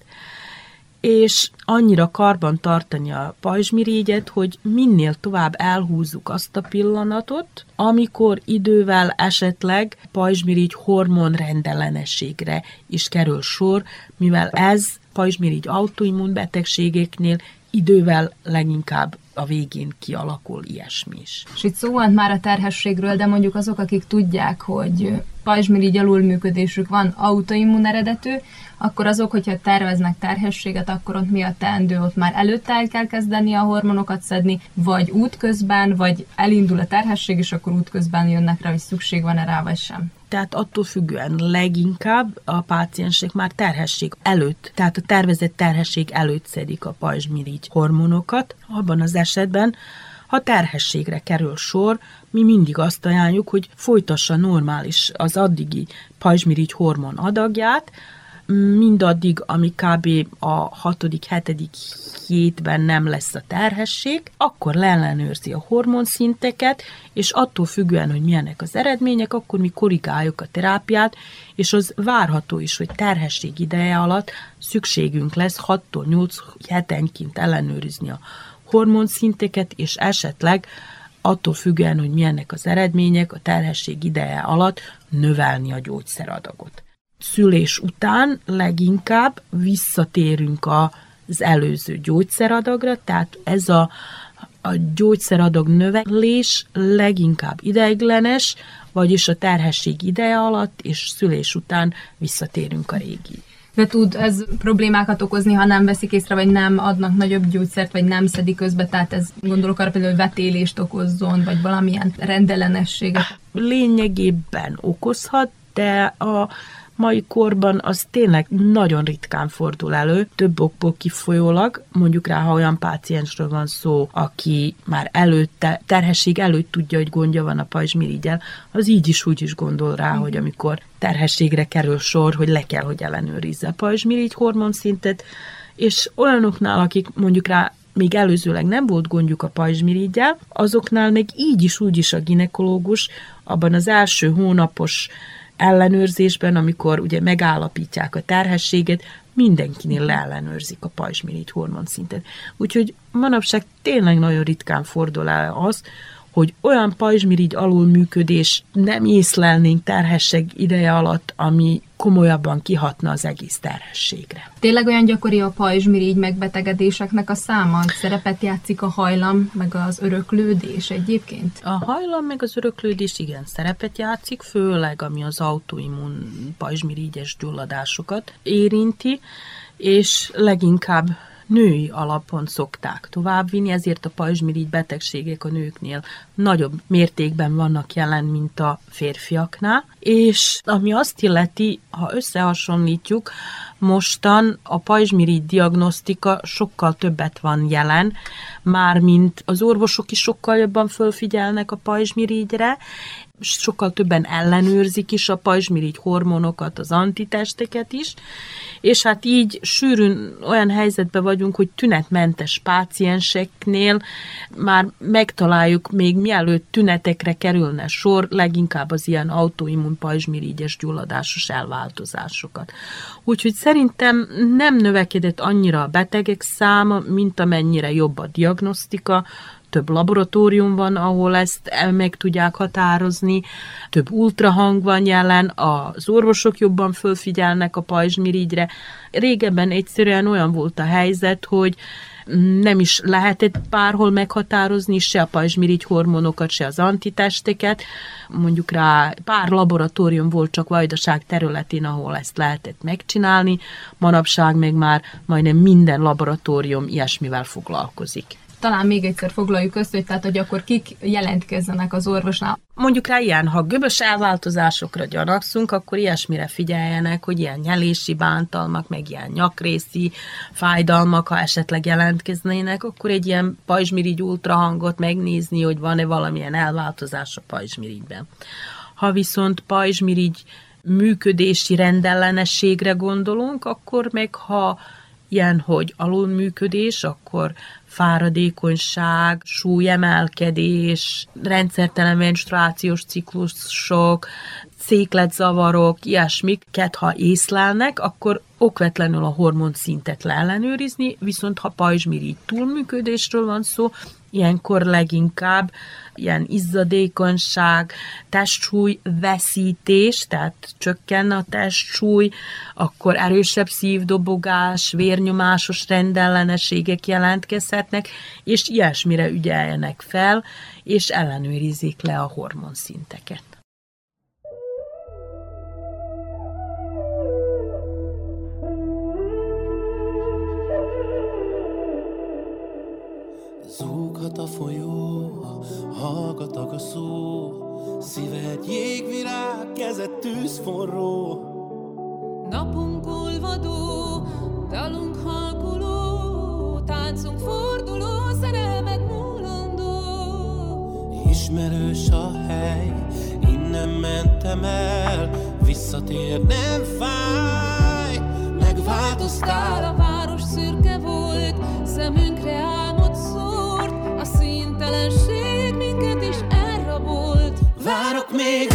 És annyira karban tartani a pajzsmirigyet, hogy minél tovább elhúzzuk azt a pillanatot, amikor idővel esetleg pajzsmirigy hormonrendellenességre is kerül sor, mivel ez pajzsmirigy autoimmun betegségeknél idővel leginkább a végén kialakul ilyesmi is. És itt szó van már a terhességről, de mondjuk azok, akik tudják, hogy pajzsmirigy alulműködésük van, autoimmun eredetű, akkor azok, hogyha terveznek terhességet, akkor ott mi a teendő? Ott már előtte el kell kezdeni a hormonokat szedni, vagy útközben, vagy elindul a terhesség, és akkor útközben jönnek rá, hogy szükség van-e rá, vagy sem. Tehát attól függően leginkább a páciensek már terhesség előtt, tehát a tervezett terhesség előtt szedik a pajzsmirigy hormonokat. Abban az esetben, ha terhességre kerül sor, mi mindig azt ajánljuk, hogy folytassa normális az addigi pajzsmirigy hormon adagját, mindaddig, ami kb. A 6.-7. hétben nem lesz a terhesség, akkor leellenőrzi a hormonszinteket, és attól függően, hogy milyenek az eredmények, akkor mi korrigáljuk a terápiát, és az várható is, hogy terhesség ideje alatt szükségünk lesz 6-8 hetenként ellenőrizni a hormonszinteket, és esetleg attól függően, hogy milyenek az eredmények, a terhesség ideje alatt növelni a gyógyszeradagot. Szülés után leginkább visszatérünk az előző gyógyszeradagra, tehát ez a gyógyszeradag növelés leginkább ideiglenes, vagyis a terhesség ideje alatt és szülés után visszatérünk a régi. De tud ez problémákat okozni, ha nem veszik észre, vagy nem adnak nagyobb gyógyszert, vagy nem szedik közbe, tehát ez gondolok arra például, hogy vetélést okozzon, vagy valamilyen rendellenességet. Lényegében okozhat, de a mai korban az tényleg nagyon ritkán fordul elő, több okból kifolyólag, mondjuk rá, ha olyan páciensről van szó, aki már terhesség előtt tudja, hogy gondja van a pajzsmirigyel, az így is úgy is gondol rá, hogy amikor terhességre kerül sor, hogy le kell, hogy ellenőrizze a pajzsmirigy hormonszintet, és olyanoknál, akik mondjuk rá még előzőleg nem volt gondjuk a pajzsmiriggyel, azoknál meg így is úgy is a ginekológus abban az első hónapos ellenőrzésben, amikor ugye megállapítják a terhességet, mindenkinél leellenőrzik a pajzsmirigy hormonszintet. Úgyhogy manapság tényleg nagyon ritkán fordul el az, hogy olyan pajzsmirigy alulműködés nem észlelnénk terhesség ideje alatt, ami komolyabban kihatna az egész terhességre. Tényleg olyan gyakori a pajzsmirigy megbetegedéseknek a száma? Szerepet játszik a hajlam, meg az öröklődés egyébként? A hajlam meg az öröklődés igen szerepet játszik, főleg ami az autoimmun pajzsmirigyes gyulladásokat érinti, és leginkább női alapon szokták továbbvinni, ezért a pajzsmirigy betegségek a nőknél nagyobb mértékben vannak jelen, mint a férfiaknál, és ami azt illeti, ha összehasonlítjuk, mostan a pajzsmirigy diagnosztika sokkal többet van jelen, mármint az orvosok is sokkal jobban fölfigyelnek a pajzsmirigyre, sokkal többen ellenőrzik is a pajzsmirigy hormonokat, az antitesteket is, és hát így sűrűn olyan helyzetben vagyunk, hogy tünetmentes pácienseknél már megtaláljuk még mielőtt tünetekre kerülne sor, leginkább az ilyen autoimmun pajzsmirigyes gyulladásos elváltozásokat. Úgyhogy szerintem nem növekedett annyira a betegek száma, mint amennyire jobb a diagnosztika, több laboratórium van, ahol ezt meg tudják határozni, több ultrahang van jelen, az orvosok jobban fölfigyelnek a pajzsmirigyre. Régebben egyszerűen olyan volt a helyzet, hogy nem is lehetett bárhol meghatározni se a pajzsmirigy hormonokat, se az antitesteket. Mondjuk rá pár laboratórium volt csak Vajdaság területén, ahol ezt lehetett megcsinálni. Manapság meg már majdnem minden laboratórium ilyesmivel foglalkozik. Talán még egyszer foglaljuk össze, hogy tehát, hogy akkor kik jelentkezzenek az orvosnál. Mondjuk rá ilyen, ha göbös elváltozásokra gyanakszunk, akkor ilyesmire figyeljenek, hogy ilyen nyelési bántalmak, meg ilyen nyakrészi fájdalmak, ha esetleg jelentkeznének, akkor egy ilyen pajzsmirigy ultrahangot megnézni, hogy van-e valamilyen elváltozás a pajzsmirigyben. Ha viszont pajzsmirigy működési rendellenességre gondolunk, akkor meg ha ilyen, hogy alulműködés, akkor fáradékonyság, súlyemelkedés, rendszertelen menstruációs ciklusok, székletzavarok, ilyesmiket, ha észlelnek, akkor okvetlenül a hormonszintet leellenőrizni, viszont ha pajzsmirigy túlműködésről van szó, ilyenkor leginkább ilyen izzadékonyság, testsúly veszítés, tehát csökkenne a testsúly, akkor erősebb szívdobogás, vérnyomásos rendellenességek jelentkezhetnek, és ilyesmire ügyeljenek fel, és ellenőrizzék le a hormonszinteket. Zúghat a folyó, hallgatag a szó, szíved jégvirág, kezed tűzforró. Napunk olvadó, dalunk halkuló, táncunk forduló, szerelmed múlandó. Ismerős a hely, innen mentem el, visszatér nem fáj. Megváltoztál, a város szürke volt, szemünkre álmod szórt, a színtelenség minket is elrabolt. Várok még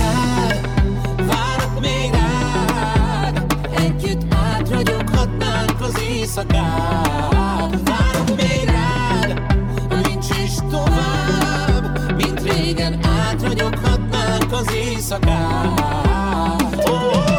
rád, együtt átragyoghatnánk az éjszakát. Várok még rád, nincs is tovább, mint régen átragyoghatnánk az éjszakát.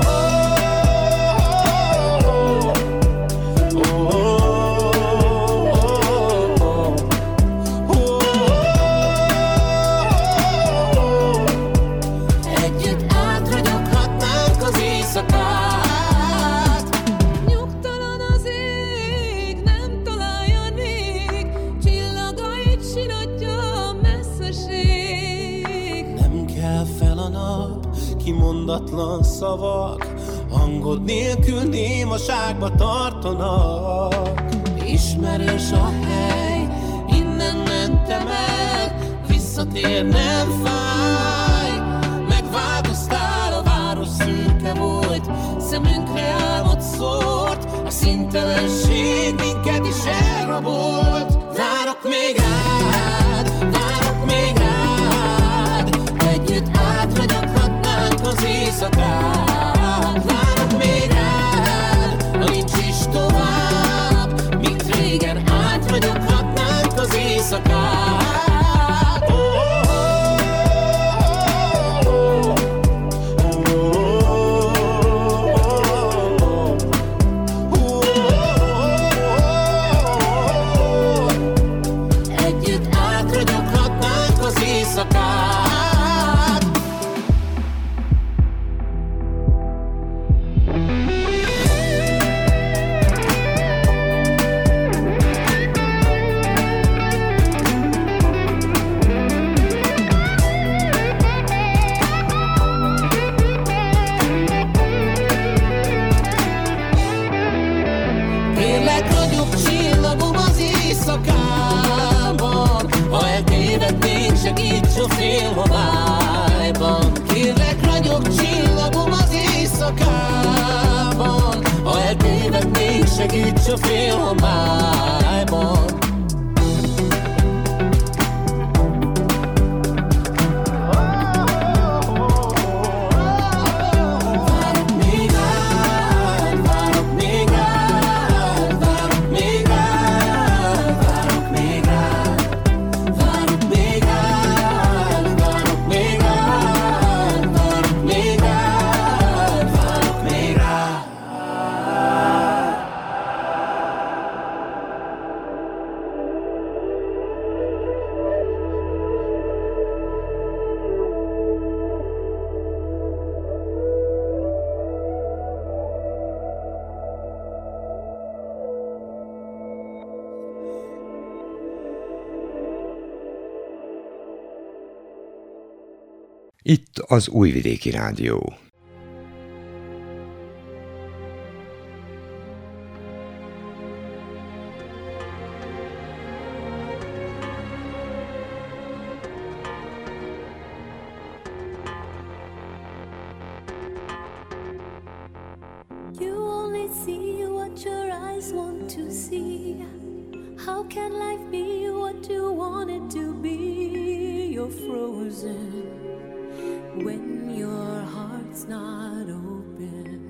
Nyugtalan az ég, nem találja rég, csillagait sinadja a messzeség. Nem kell fel a nap, kimondatlan szavak, hangod nélkül némaságba tartanak. Ismerős a hely, innen mentem el, visszatér nem fáj. Megváltoztál, a város szürke volt, szemünkre álmod szórt, a színtelenség minket is elrabolt. még rád, várok még rád. Együtt átragyoghatnánk az éjszakát. Várok még rád, ha nincs is tovább, mint régen átragyoghatnánk az éjszakát. Segíts a félhomályban, kérlek ragyog csillagom az éjszakában. Ha eltévednék, segíts a félhomályban. Itt az Újvidéki Rádió. You only see what your eyes want to see. How can life be what you want it to be? You're frozen when your heart's not open.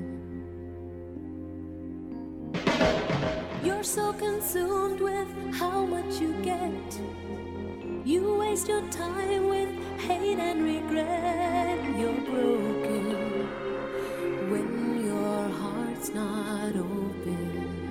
You're so consumed with how much you get. You waste your time with hate and regret. You're broken when your heart's not open.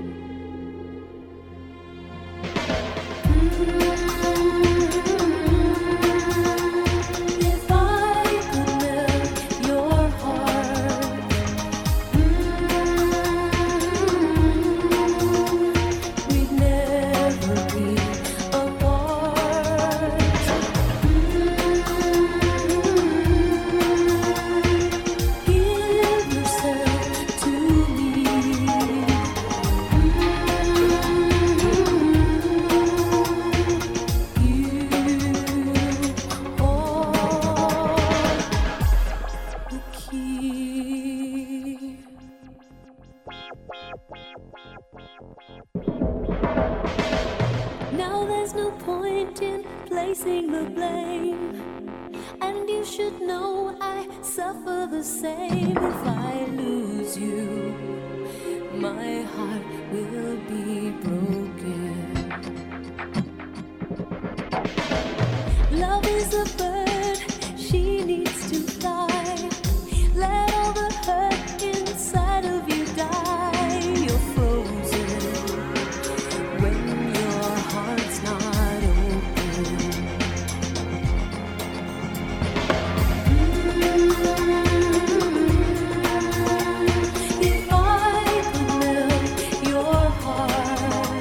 Now there's no point in placing the blame, and you should know I suffer the same. If I lose you, my heart will be broken. Love is a bird, she needs to fly. Let all the hurt inside of you die. You're frozen when your heart's not open. If I could melt your heart,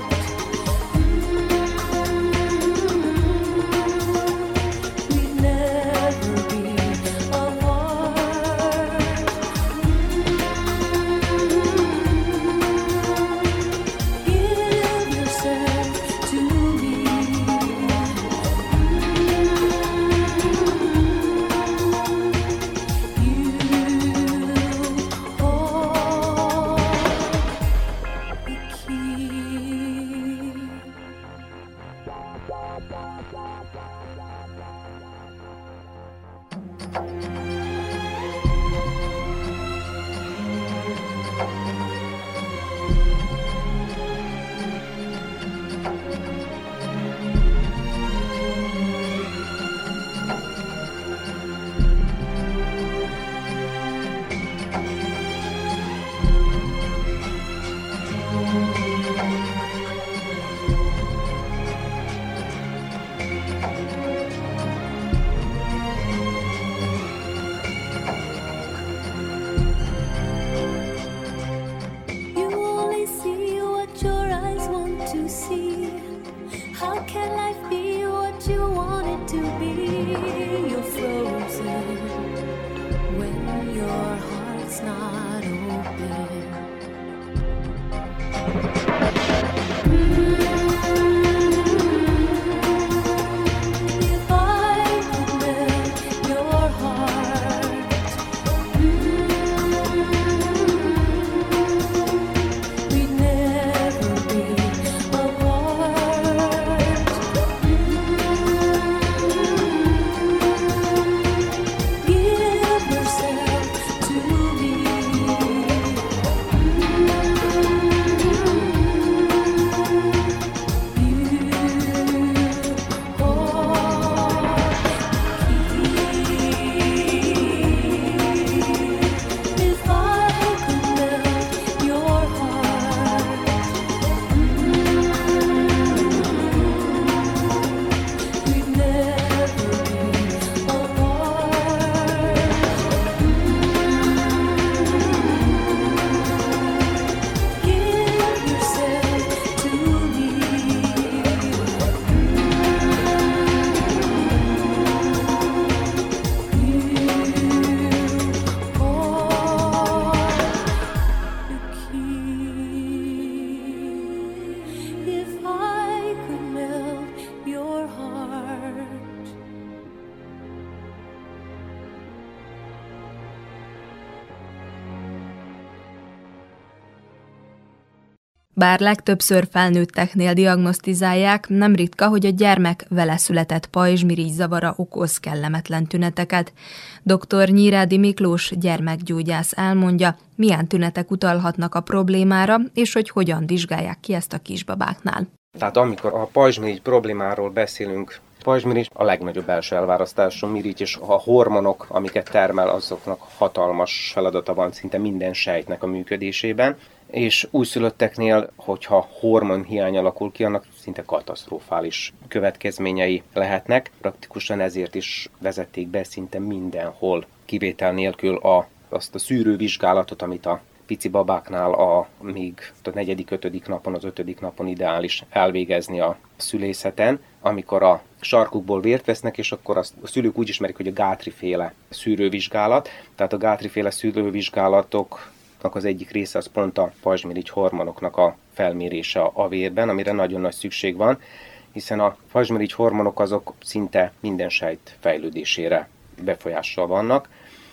Bár legtöbbször felnőtteknél diagnosztizálják, nem ritka, hogy a gyermek vele született pajzsmirigy zavara okoz kellemetlen tüneteket. Dr. Nyírádi Miklós gyermekgyógyász elmondja, milyen tünetek utalhatnak a problémára, és hogy hogyan vizsgálják ki ezt a kisbabáknál. Tehát amikor a pajzsmirigy problémáról beszélünk, pajzsmirigy a legnagyobb belső elválasztású mirigy, és a hormonok, amiket termel, azoknak hatalmas feladata van szinte minden sejtnek a működésében, és újszülötteknél, hogyha hormonhiány alakul ki, annak szinte katasztrofális következményei lehetnek. Praktikusan ezért is vezették be szinte mindenhol kivétel nélkül azt a szűrővizsgálatot, amit a pici babáknál még a 4.-5. napon, az 5. napon ideális elvégezni a szülészeten, amikor a sarkukból vért vesznek, és akkor azt a szülők úgy ismerik, hogy a Guthrie-féle szűrővizsgálat. Tehát a Guthrie-féle szűrővizsgálatoknak az egyik része az pont a pajzsmirigy hormonoknak a felmérése a vérben, amire nagyon nagy szükség van, hiszen a pajzsmirigy hormonok azok szinte minden sejt fejlődésére befolyással vannak,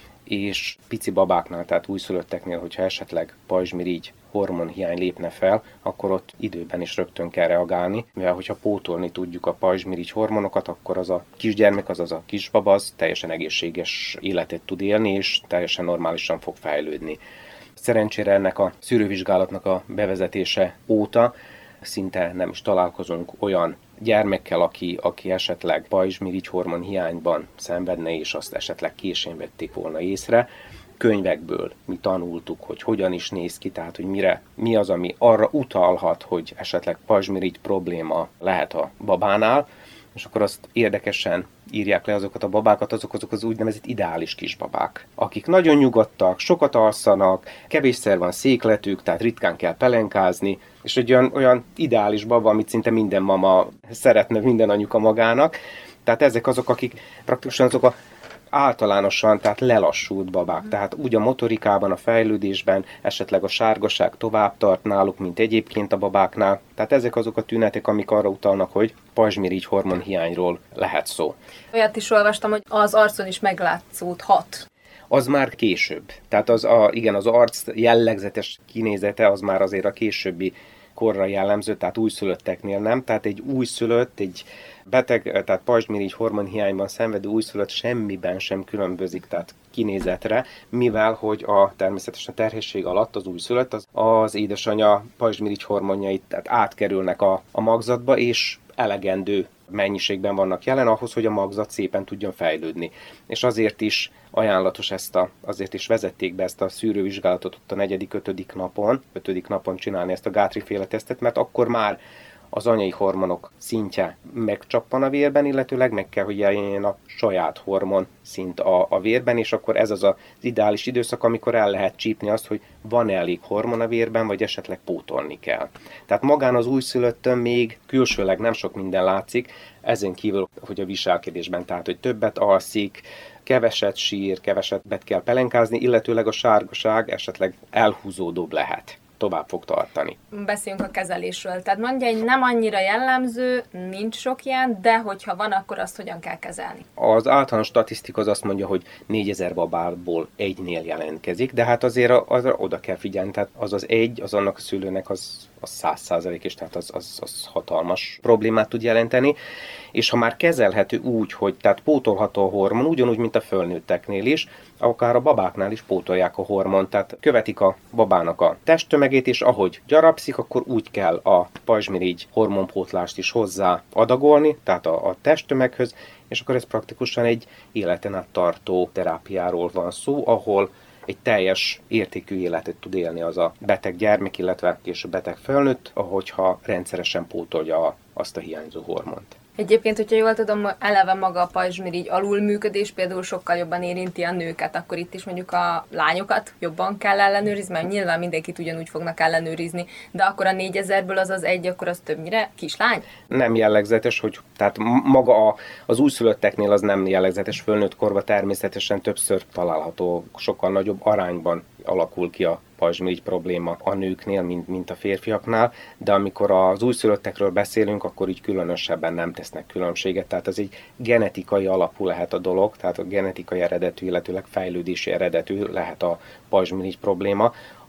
és pici babáknál, tehát újszülötteknél, hogyha esetleg pajzsmirigy hormonhiány lépne fel, akkor ott időben is rögtön kell reagálni, mivel hogyha pótolni tudjuk a pajzsmirigy hormonokat, akkor az a kisgyermek, azaz a kisbaba az teljesen egészséges életet tud élni, és teljesen normálisan fog fejlődni. Szerencsére ennek a szűrővizsgálatnak a bevezetése óta szinte nem is találkozunk olyan gyermekkel, aki esetleg pajzsmirigy hormon hiányban szenvedne, és azt esetleg későn vették volna észre. Könyvekből mi tanultuk, hogy hogyan is néz ki, tehát hogy mi az, ami arra utalhat, hogy esetleg pajzsmirigy probléma lehet a babánál, és akkor azt érdekesen írják le azokat a babákat, azok az úgynevezett ideális kisbabák, akik nagyon nyugodtak, sokat alszanak, kevésszer van székletük, tehát ritkán kell pelenkázni, és egy olyan ideális baba, amit szinte minden mama szeretne, minden anyuka magának. Tehát ezek azok, akik praktikusan azok a általánosan, tehát lelassult babák. Tehát úgy a motorikában, a fejlődésben, esetleg a sárgaság tovább tart náluk, mint egyébként a babáknál. Tehát ezek azok a tünetek, amik arra utalnak, hogy pajzsmirigy hormonhiányról lehet szó. Olyat is olvastam, hogy az arcon is meglátszódhat. Az már később. Tehát az arc jellegzetes kinézete az már azért a későbbi korra jellemző, tehát újszülötteknél nem. Tehát egy újszülött, egy beteg, tehát pajzsmirigy hormonhiányban szenvedő újszülött semmiben sem különbözik, tehát kinézetre, mivel hogy természetesen a terhesség alatt az újszülött az édesanyja pajzsmirigy hormonjait tehát átkerülnek a magzatba, és elegendő mennyiségben vannak jelen ahhoz, hogy a magzat szépen tudjon fejlődni. És azért is ajánlatos azért is vezették be ezt a szűrővizsgálatot ott a 4.-5. napon, 5. napon csinálni ezt a Guthrie-féle tesztet, mert akkor már az anyai hormonok szintje megcsappan a vérben, illetőleg meg kell, hogy jelenjen a saját hormon szint a vérben, és akkor ez az ideális időszak, amikor el lehet csípni azt, hogy van elég hormon a vérben, vagy esetleg pótolni kell. Tehát magán az újszülöttön még külsőleg nem sok minden látszik, ezen kívül, hogy a viselkedésben, tehát hogy többet alszik, keveset sír, kevesebbet kell pelenkázni, illetőleg a sárgaság esetleg elhúzódóbb lehet. Tovább fog tartani. Beszéljünk a kezelésről. Tehát mondja, hogy nem annyira jellemző, nincs sok ilyen, de hogyha van, akkor azt hogyan kell kezelni? Az általános statisztika az azt mondja, hogy 4000 babából egynél jelentkezik, de hát azért oda kell figyelni, tehát az egy, az annak a szülőnek az 100% is, tehát az hatalmas problémát tud jelenteni, és ha már kezelhető úgy, hogy tehát pótolható a hormon, ugyanúgy, mint a fölnőtteknél is, akár a babáknál is pótolják a hormont, tehát követik a babának a testtömegét, és ahogy gyarapszik, akkor úgy kell a pajzsmirigy hormonpótlást is hozzá adagolni, tehát a testtömeghöz, és akkor ez praktikusan egy életen át tartó terápiáról van szó, ahol egy teljes értékű életet tud élni az a beteg gyermek, illetve később beteg felnőtt, ahogyha rendszeresen pótolja azt a hiányzó hormont. Egyébként, hogyha jól tudom, eleve maga a pajzsmirigy alulműködés például sokkal jobban érinti a nőket, akkor itt is mondjuk a lányokat jobban kell ellenőrizni, mert nyilván mindenkit ugyanúgy fognak ellenőrizni, de akkor a 4000-ből az egy, akkor az többnyire kislány? Nem jellegzetes, hogy tehát maga az újszülötteknél az nem jellegzetes, fölnőtt korban természetesen többször található, sokkal nagyobb arányban alakul ki a pajzsmirigy probléma a nőknél, mint a férfiaknál, de amikor az újszülöttekről beszélünk, akkor így különösebben nem tesznek különbséget, tehát ez egy genetikai alapú lehet a dolog, tehát a genetikai eredetű, illetőleg fejlődési eredetű lehet a pajzsmirigy probléma.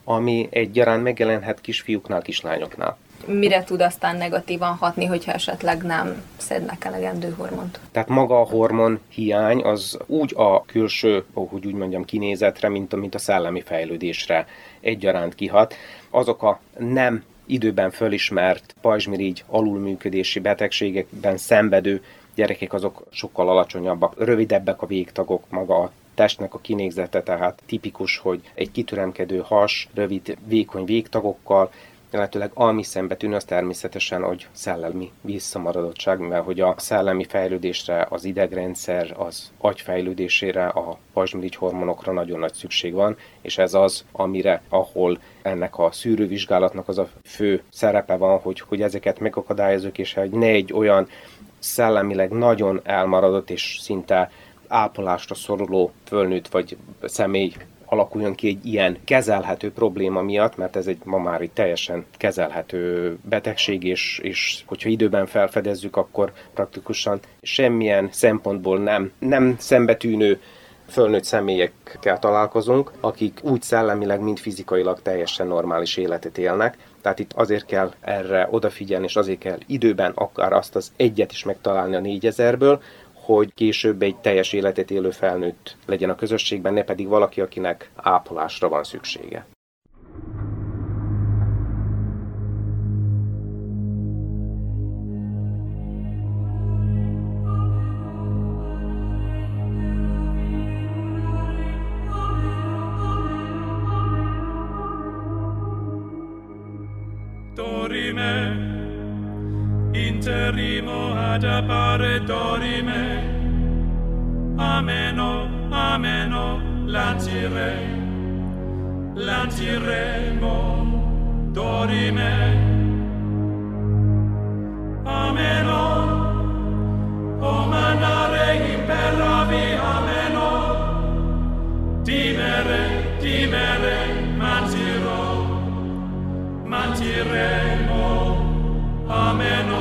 ami egyaránt megjelenhet kisfiúknál, kislányoknál. Mire tud aztán negatívan hatni, hogyha esetleg nem szednek elegendő hormont? Tehát maga a hormon hiány az úgy a külső, hogy úgy mondjam, kinézetre, mint a szellemi fejlődésre egyaránt kihat. Azok a nem időben fölismert pajzsmirigy alulműködési betegségekben szenvedő gyerekek azok sokkal alacsonyabbak, rövidebbek a végtagok, maga a testnek a kinézete, tehát tipikus, hogy egy kitüremkedő has, rövid, vékony végtagokkal, illetőleg almiszembe tűnő, az természetesen, hogy szellemi visszamaradottság, mivel hogy a szellemi fejlődésre, az idegrendszer, az agyfejlődésére, a pajzsmirigy hormonokra nagyon nagy szükség van, és ez az, ahol ennek a szűrővizsgálatnak az a fő szerepe van, hogy ezeket megakadályozunk, és hogy ne egy olyan szellemileg nagyon elmaradott és szinte ápolásra szoruló fölnőtt vagy személy alakuljon ki egy ilyen kezelhető probléma miatt, mert ez egy ma már egy teljesen kezelhető betegség, és hogyha időben felfedezzük, akkor praktikusan semmilyen szempontból nem szembetűnő fölnőtt személyekkel találkozunk, akik úgy szellemileg, mint fizikailag teljesen normális életet élnek. Tehát itt azért kell erre odafigyelni, és azért kell időben akár azt az egyet is megtalálni a 4000-ből, hogy később egy teljes életet élő felnőtt legyen a közösségben, ne pedig valaki, akinek ápolásra van szüksége. Dorime, interrimo ad appare dorime, ameno, ameno, lanciremo, dorime, ameno, o manare imperavi, ameno, dimere, mantiremo, ameno.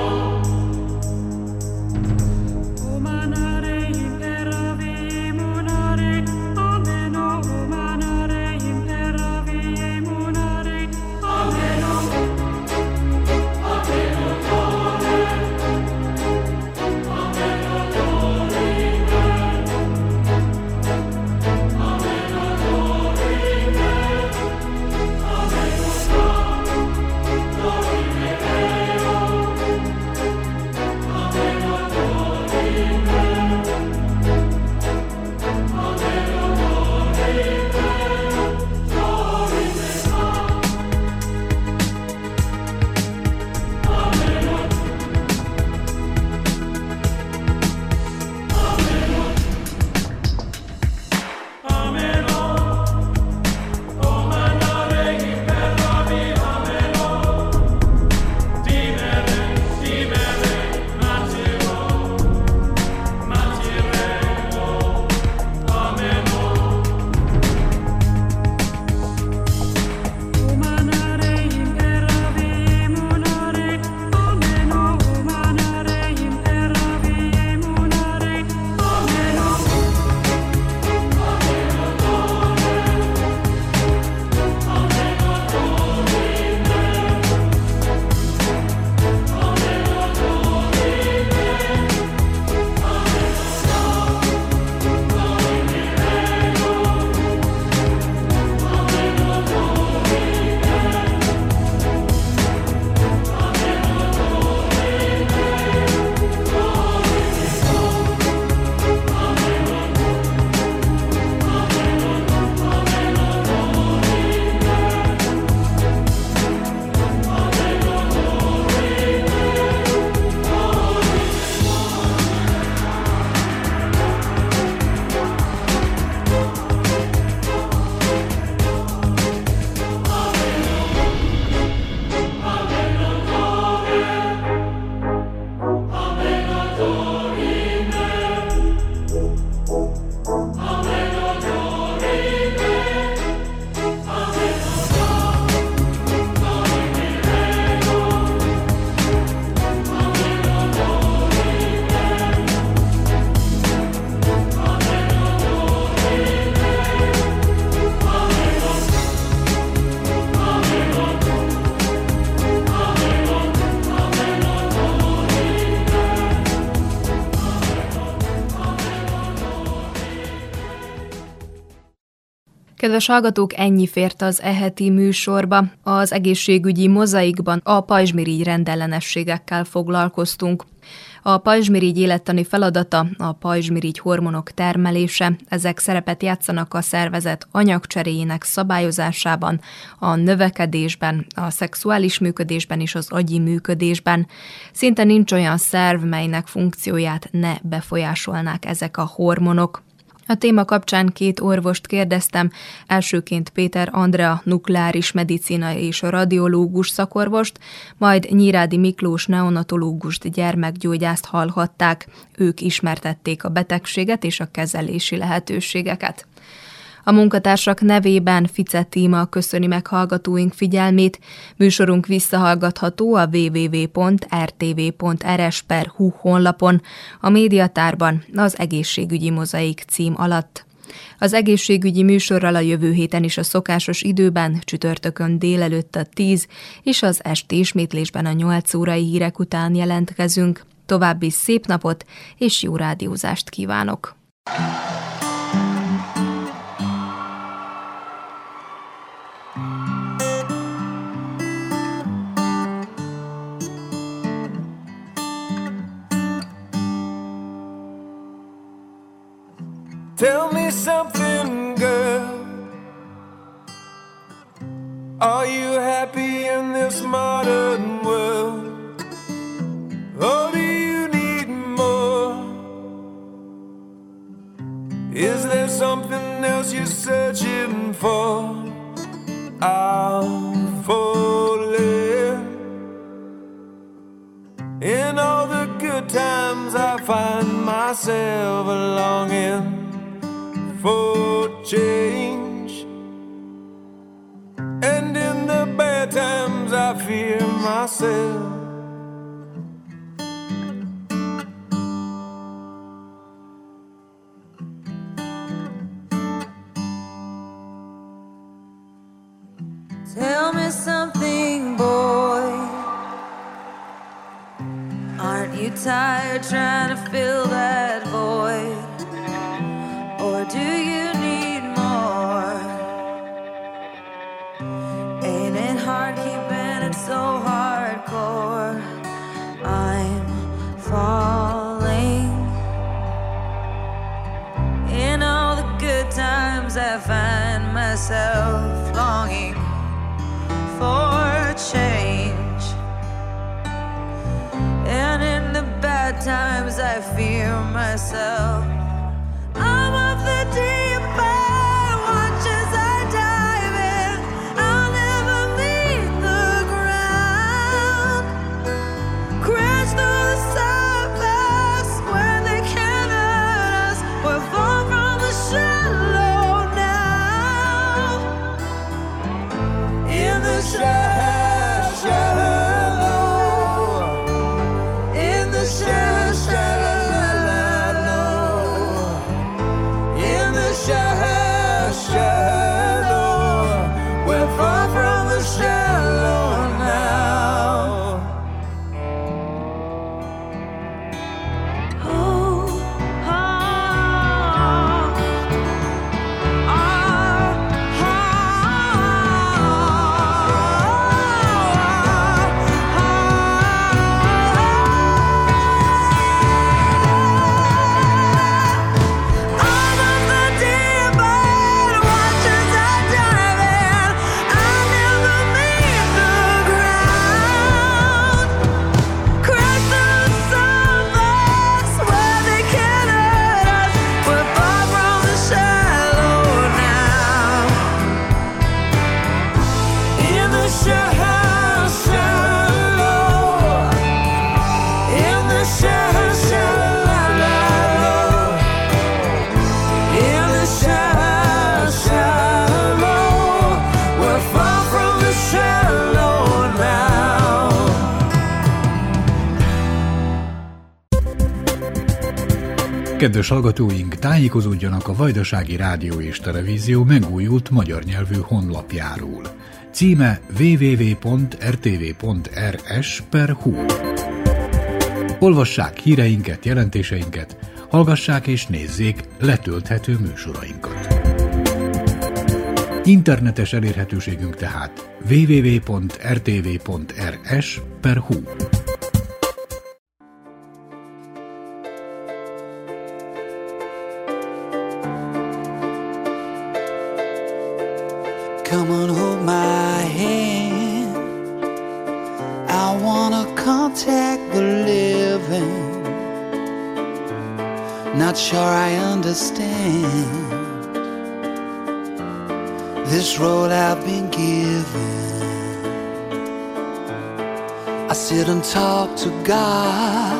Kedves hallgatók, ennyi fért az heti műsorba. Az egészségügyi mozaikban a pajzsmirigy rendellenességekkel foglalkoztunk. A pajzsmirigy élettani feladata a pajzsmirigy hormonok termelése. Ezek szerepet játszanak a szervezet anyagcseréjének szabályozásában, a növekedésben, a szexuális működésben és az agyi működésben. Szinte nincs olyan szerv, melynek funkcióját ne befolyásolnák ezek a hormonok. A téma kapcsán 2 orvost kérdeztem, elsőként Péter Andrea nukleáris medicina és radiológus szakorvost, majd Nyírádi Miklós neonatológust, gyermekgyógyászt hallhatták. Ők ismertették a betegséget és a kezelési lehetőségeket. A munkatársak nevében Fice Tíma köszöni meg hallgatóink figyelmét. Műsorunk visszahallgatható a www.rtv.rs.hu honlapon, a médiatárban az egészségügyi mozaik cím alatt. Az egészségügyi műsorral a jövő héten is a szokásos időben, csütörtökön délelőtt a 10 és az esti ismétlésben a 8 órai hírek után jelentkezünk. További szép napot és jó rádiózást kívánok! Tell me something, girl. Are you happy in this modern world? Or do you need more? Is there something else you're searching for? I'm falling. In all the good times I find myself longing for change, and in the bad times I fear myself. Tell me something, boy. Aren't you tired trying to fill that void? Or do you need more? Ain't it hard keeping it so hardcore? I'm falling. In all the good times I find myself longing for change, and in the bad times I fear myself. I'm of the deep end, watch as I dive in. I'll never meet the ground. Crash through the surface where they can't hurt us. We're far from the shallow now. In the shallow, in the shallow. We're far from the shallow now. Oh, oh, Kedves hallgatóink, tájékozódjanak a Vajdasági Rádió és Televízió megújult magyar nyelvű honlapjáról. Címe www.rtv.rs.hu. Olvassák híreinket, jelentéseinket, hallgassák és nézzék letölthető műsorainkat. Internetes elérhetőségünk tehát www.rtv.rs/hu. Come on, hold my hand. I wanna contact the living. Not sure I understand this road I've been given. I sit and talk to God,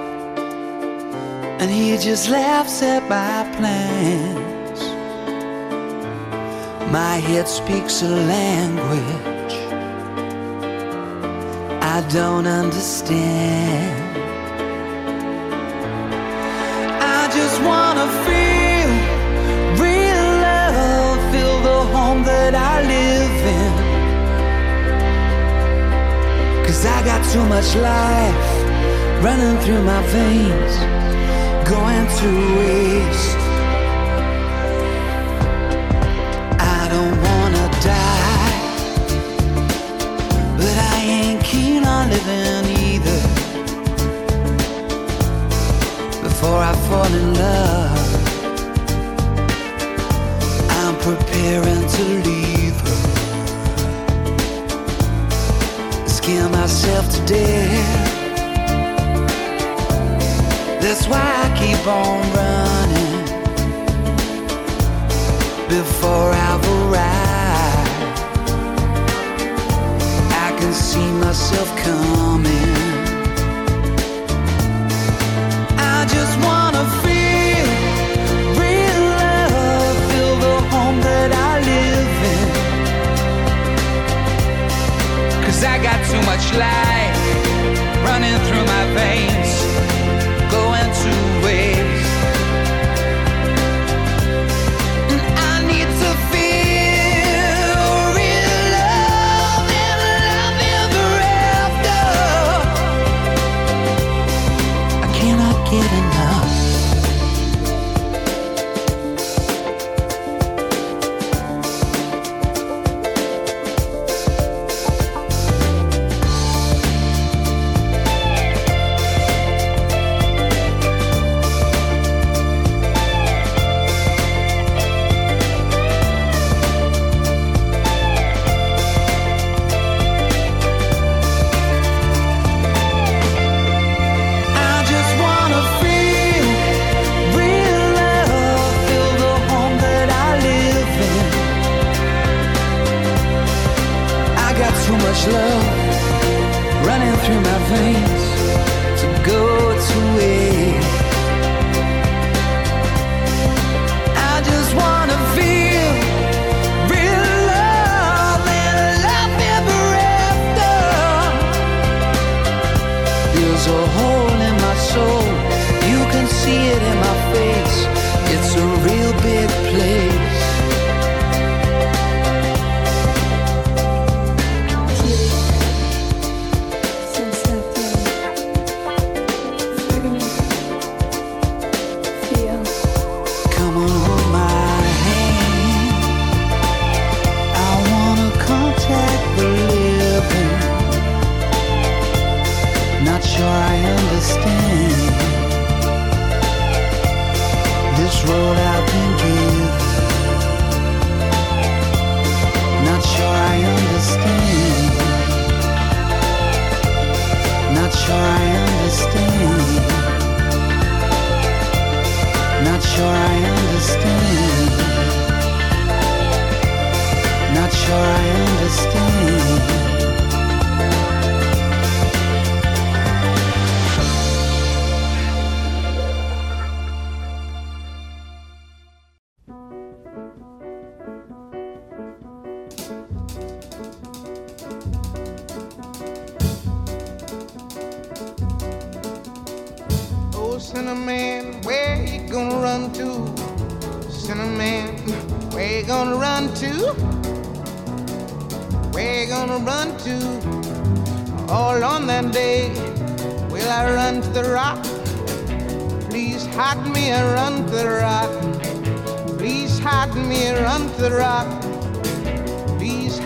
and He just laughs at my plans. My head speaks a language I don't understand. I just wanna feel real love, feel the home that I live in. 'Cause I got too much life running through my veins, going to waste. I don't wanna die, but I ain't keen on living either. Before I fall in love, I'm preparing to leave her. Scare myself to death. That's why I keep on running before I've arrived. I can see myself coming. I just wanna feel real love, feel the home that I live in. 'Cause I got too much life running through my veins, going to waste. And I need to feel real love and love ever after. I cannot get enough. Love running through my veins to go to waste. I just wanna feel real love and love ever after. There's a hole in my soul, you can see it in my face. It's a real big place. Cinnamon, where you gonna run to? Cinnamon, where you gonna run to? Where you gonna run to? All on that day, will I run to the rock? Please hide me and run to the rock. Please hide me and run to the rock.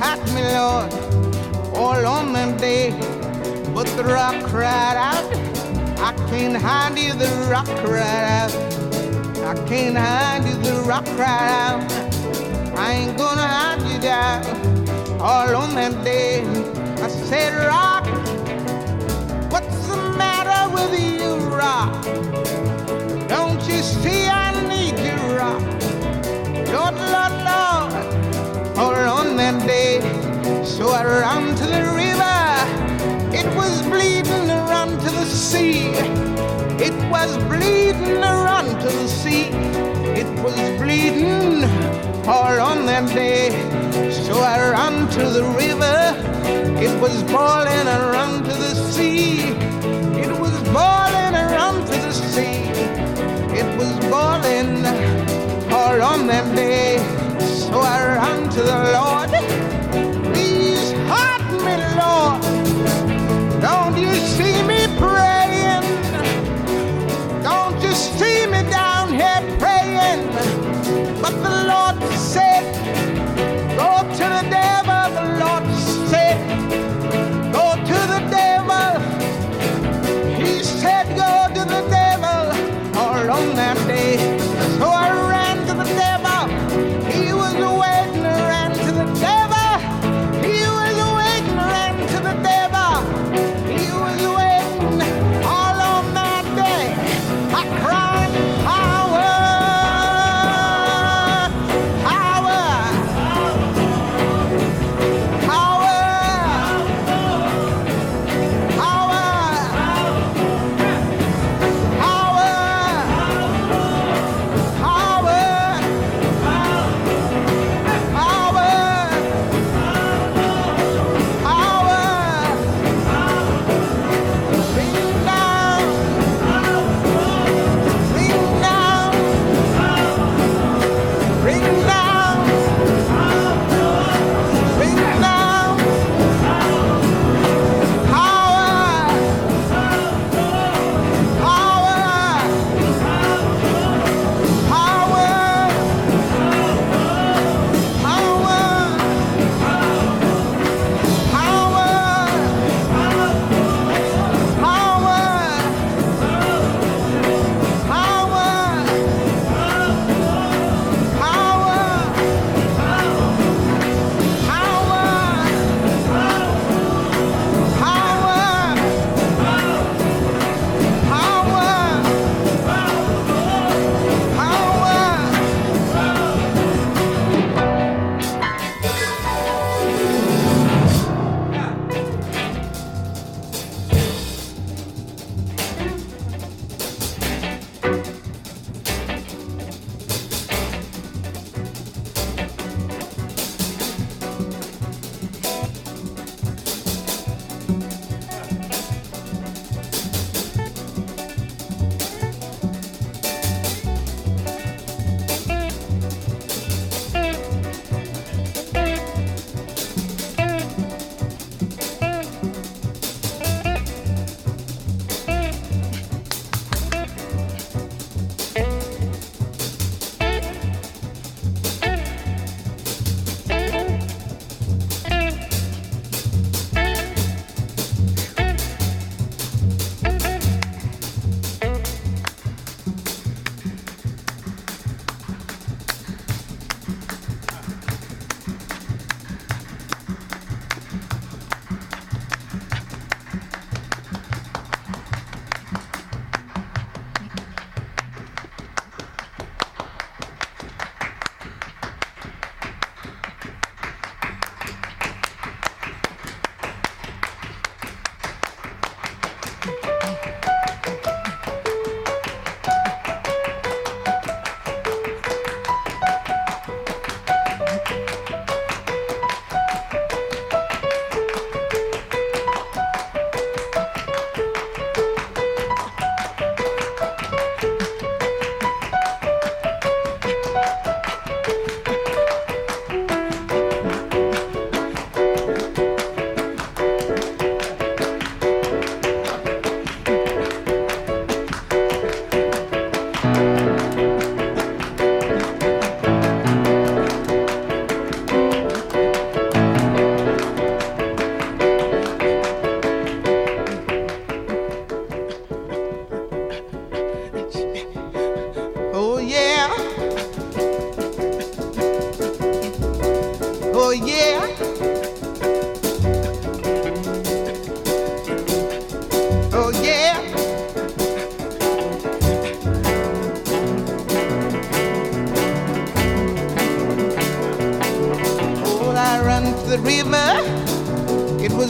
hurt me, Lord, all on that day. But the rock cried out, I can't hide you, the rock cried out. I can't hide you, the rock cried out. I ain't gonna hide you down, all on that day. I said, rock, what's the matter with you, rock? Don't you see I need you, rock? Lord, Lord, Lord, all on that day. So I ran to the river, it was bleeding, run to the sea. It was bleeding, run to the sea. It was bleeding all on that day. So I ran to the river, it was boiling, I ran to the sea. It was boiling, I ran to the sea. It was boiling all on that day. So I ran to the Lord. Please help me, Lord. Don't you see me praying? Don't you see me down here praying? But the Lord said, go to the devil. The Lord said, go to the devil. He said, go to the devil all on that day. So I ran to the devil. He was waiting, I ran to the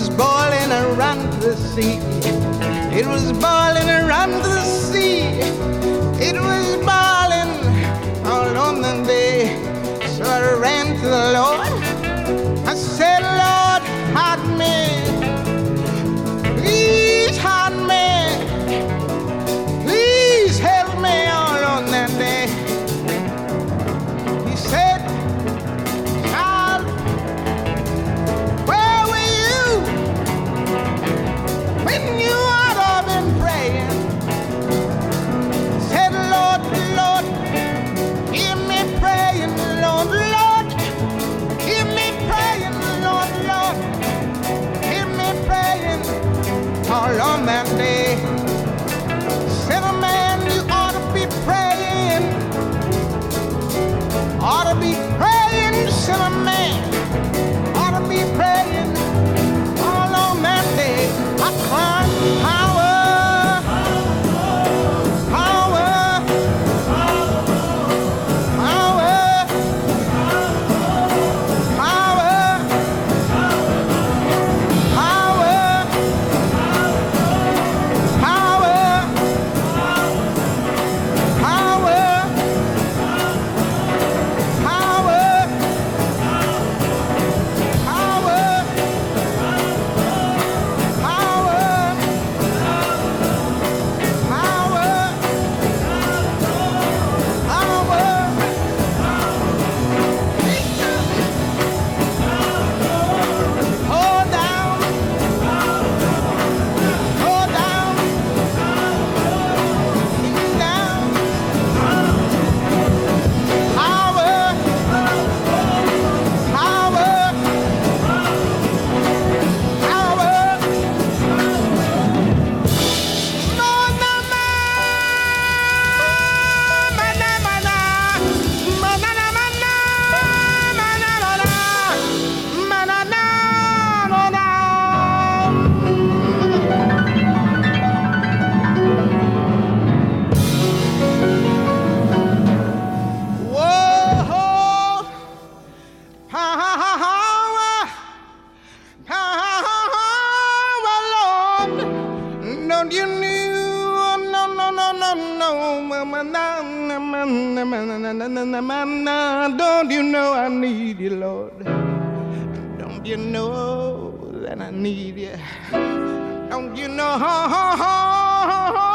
was boiling around the sea. It was boiling around the sea. It was boiling all on the day. So I ran to the Lord. I said, Lord, hide me. Please hide me. Please help me all on that day. He said, child, where were you when you ought to have been praying? Said, Lord, Lord, hear me praying, Lord, Lord, hear me praying, Lord, Lord, hear me praying all on that day. Said, a man, you ought to be praying, ought to be praying, said a man, ought to be praying all on that day. I cried, power, power, power, power, Don't you know I need you, Lord? Don't you know that I need you? Don't you know?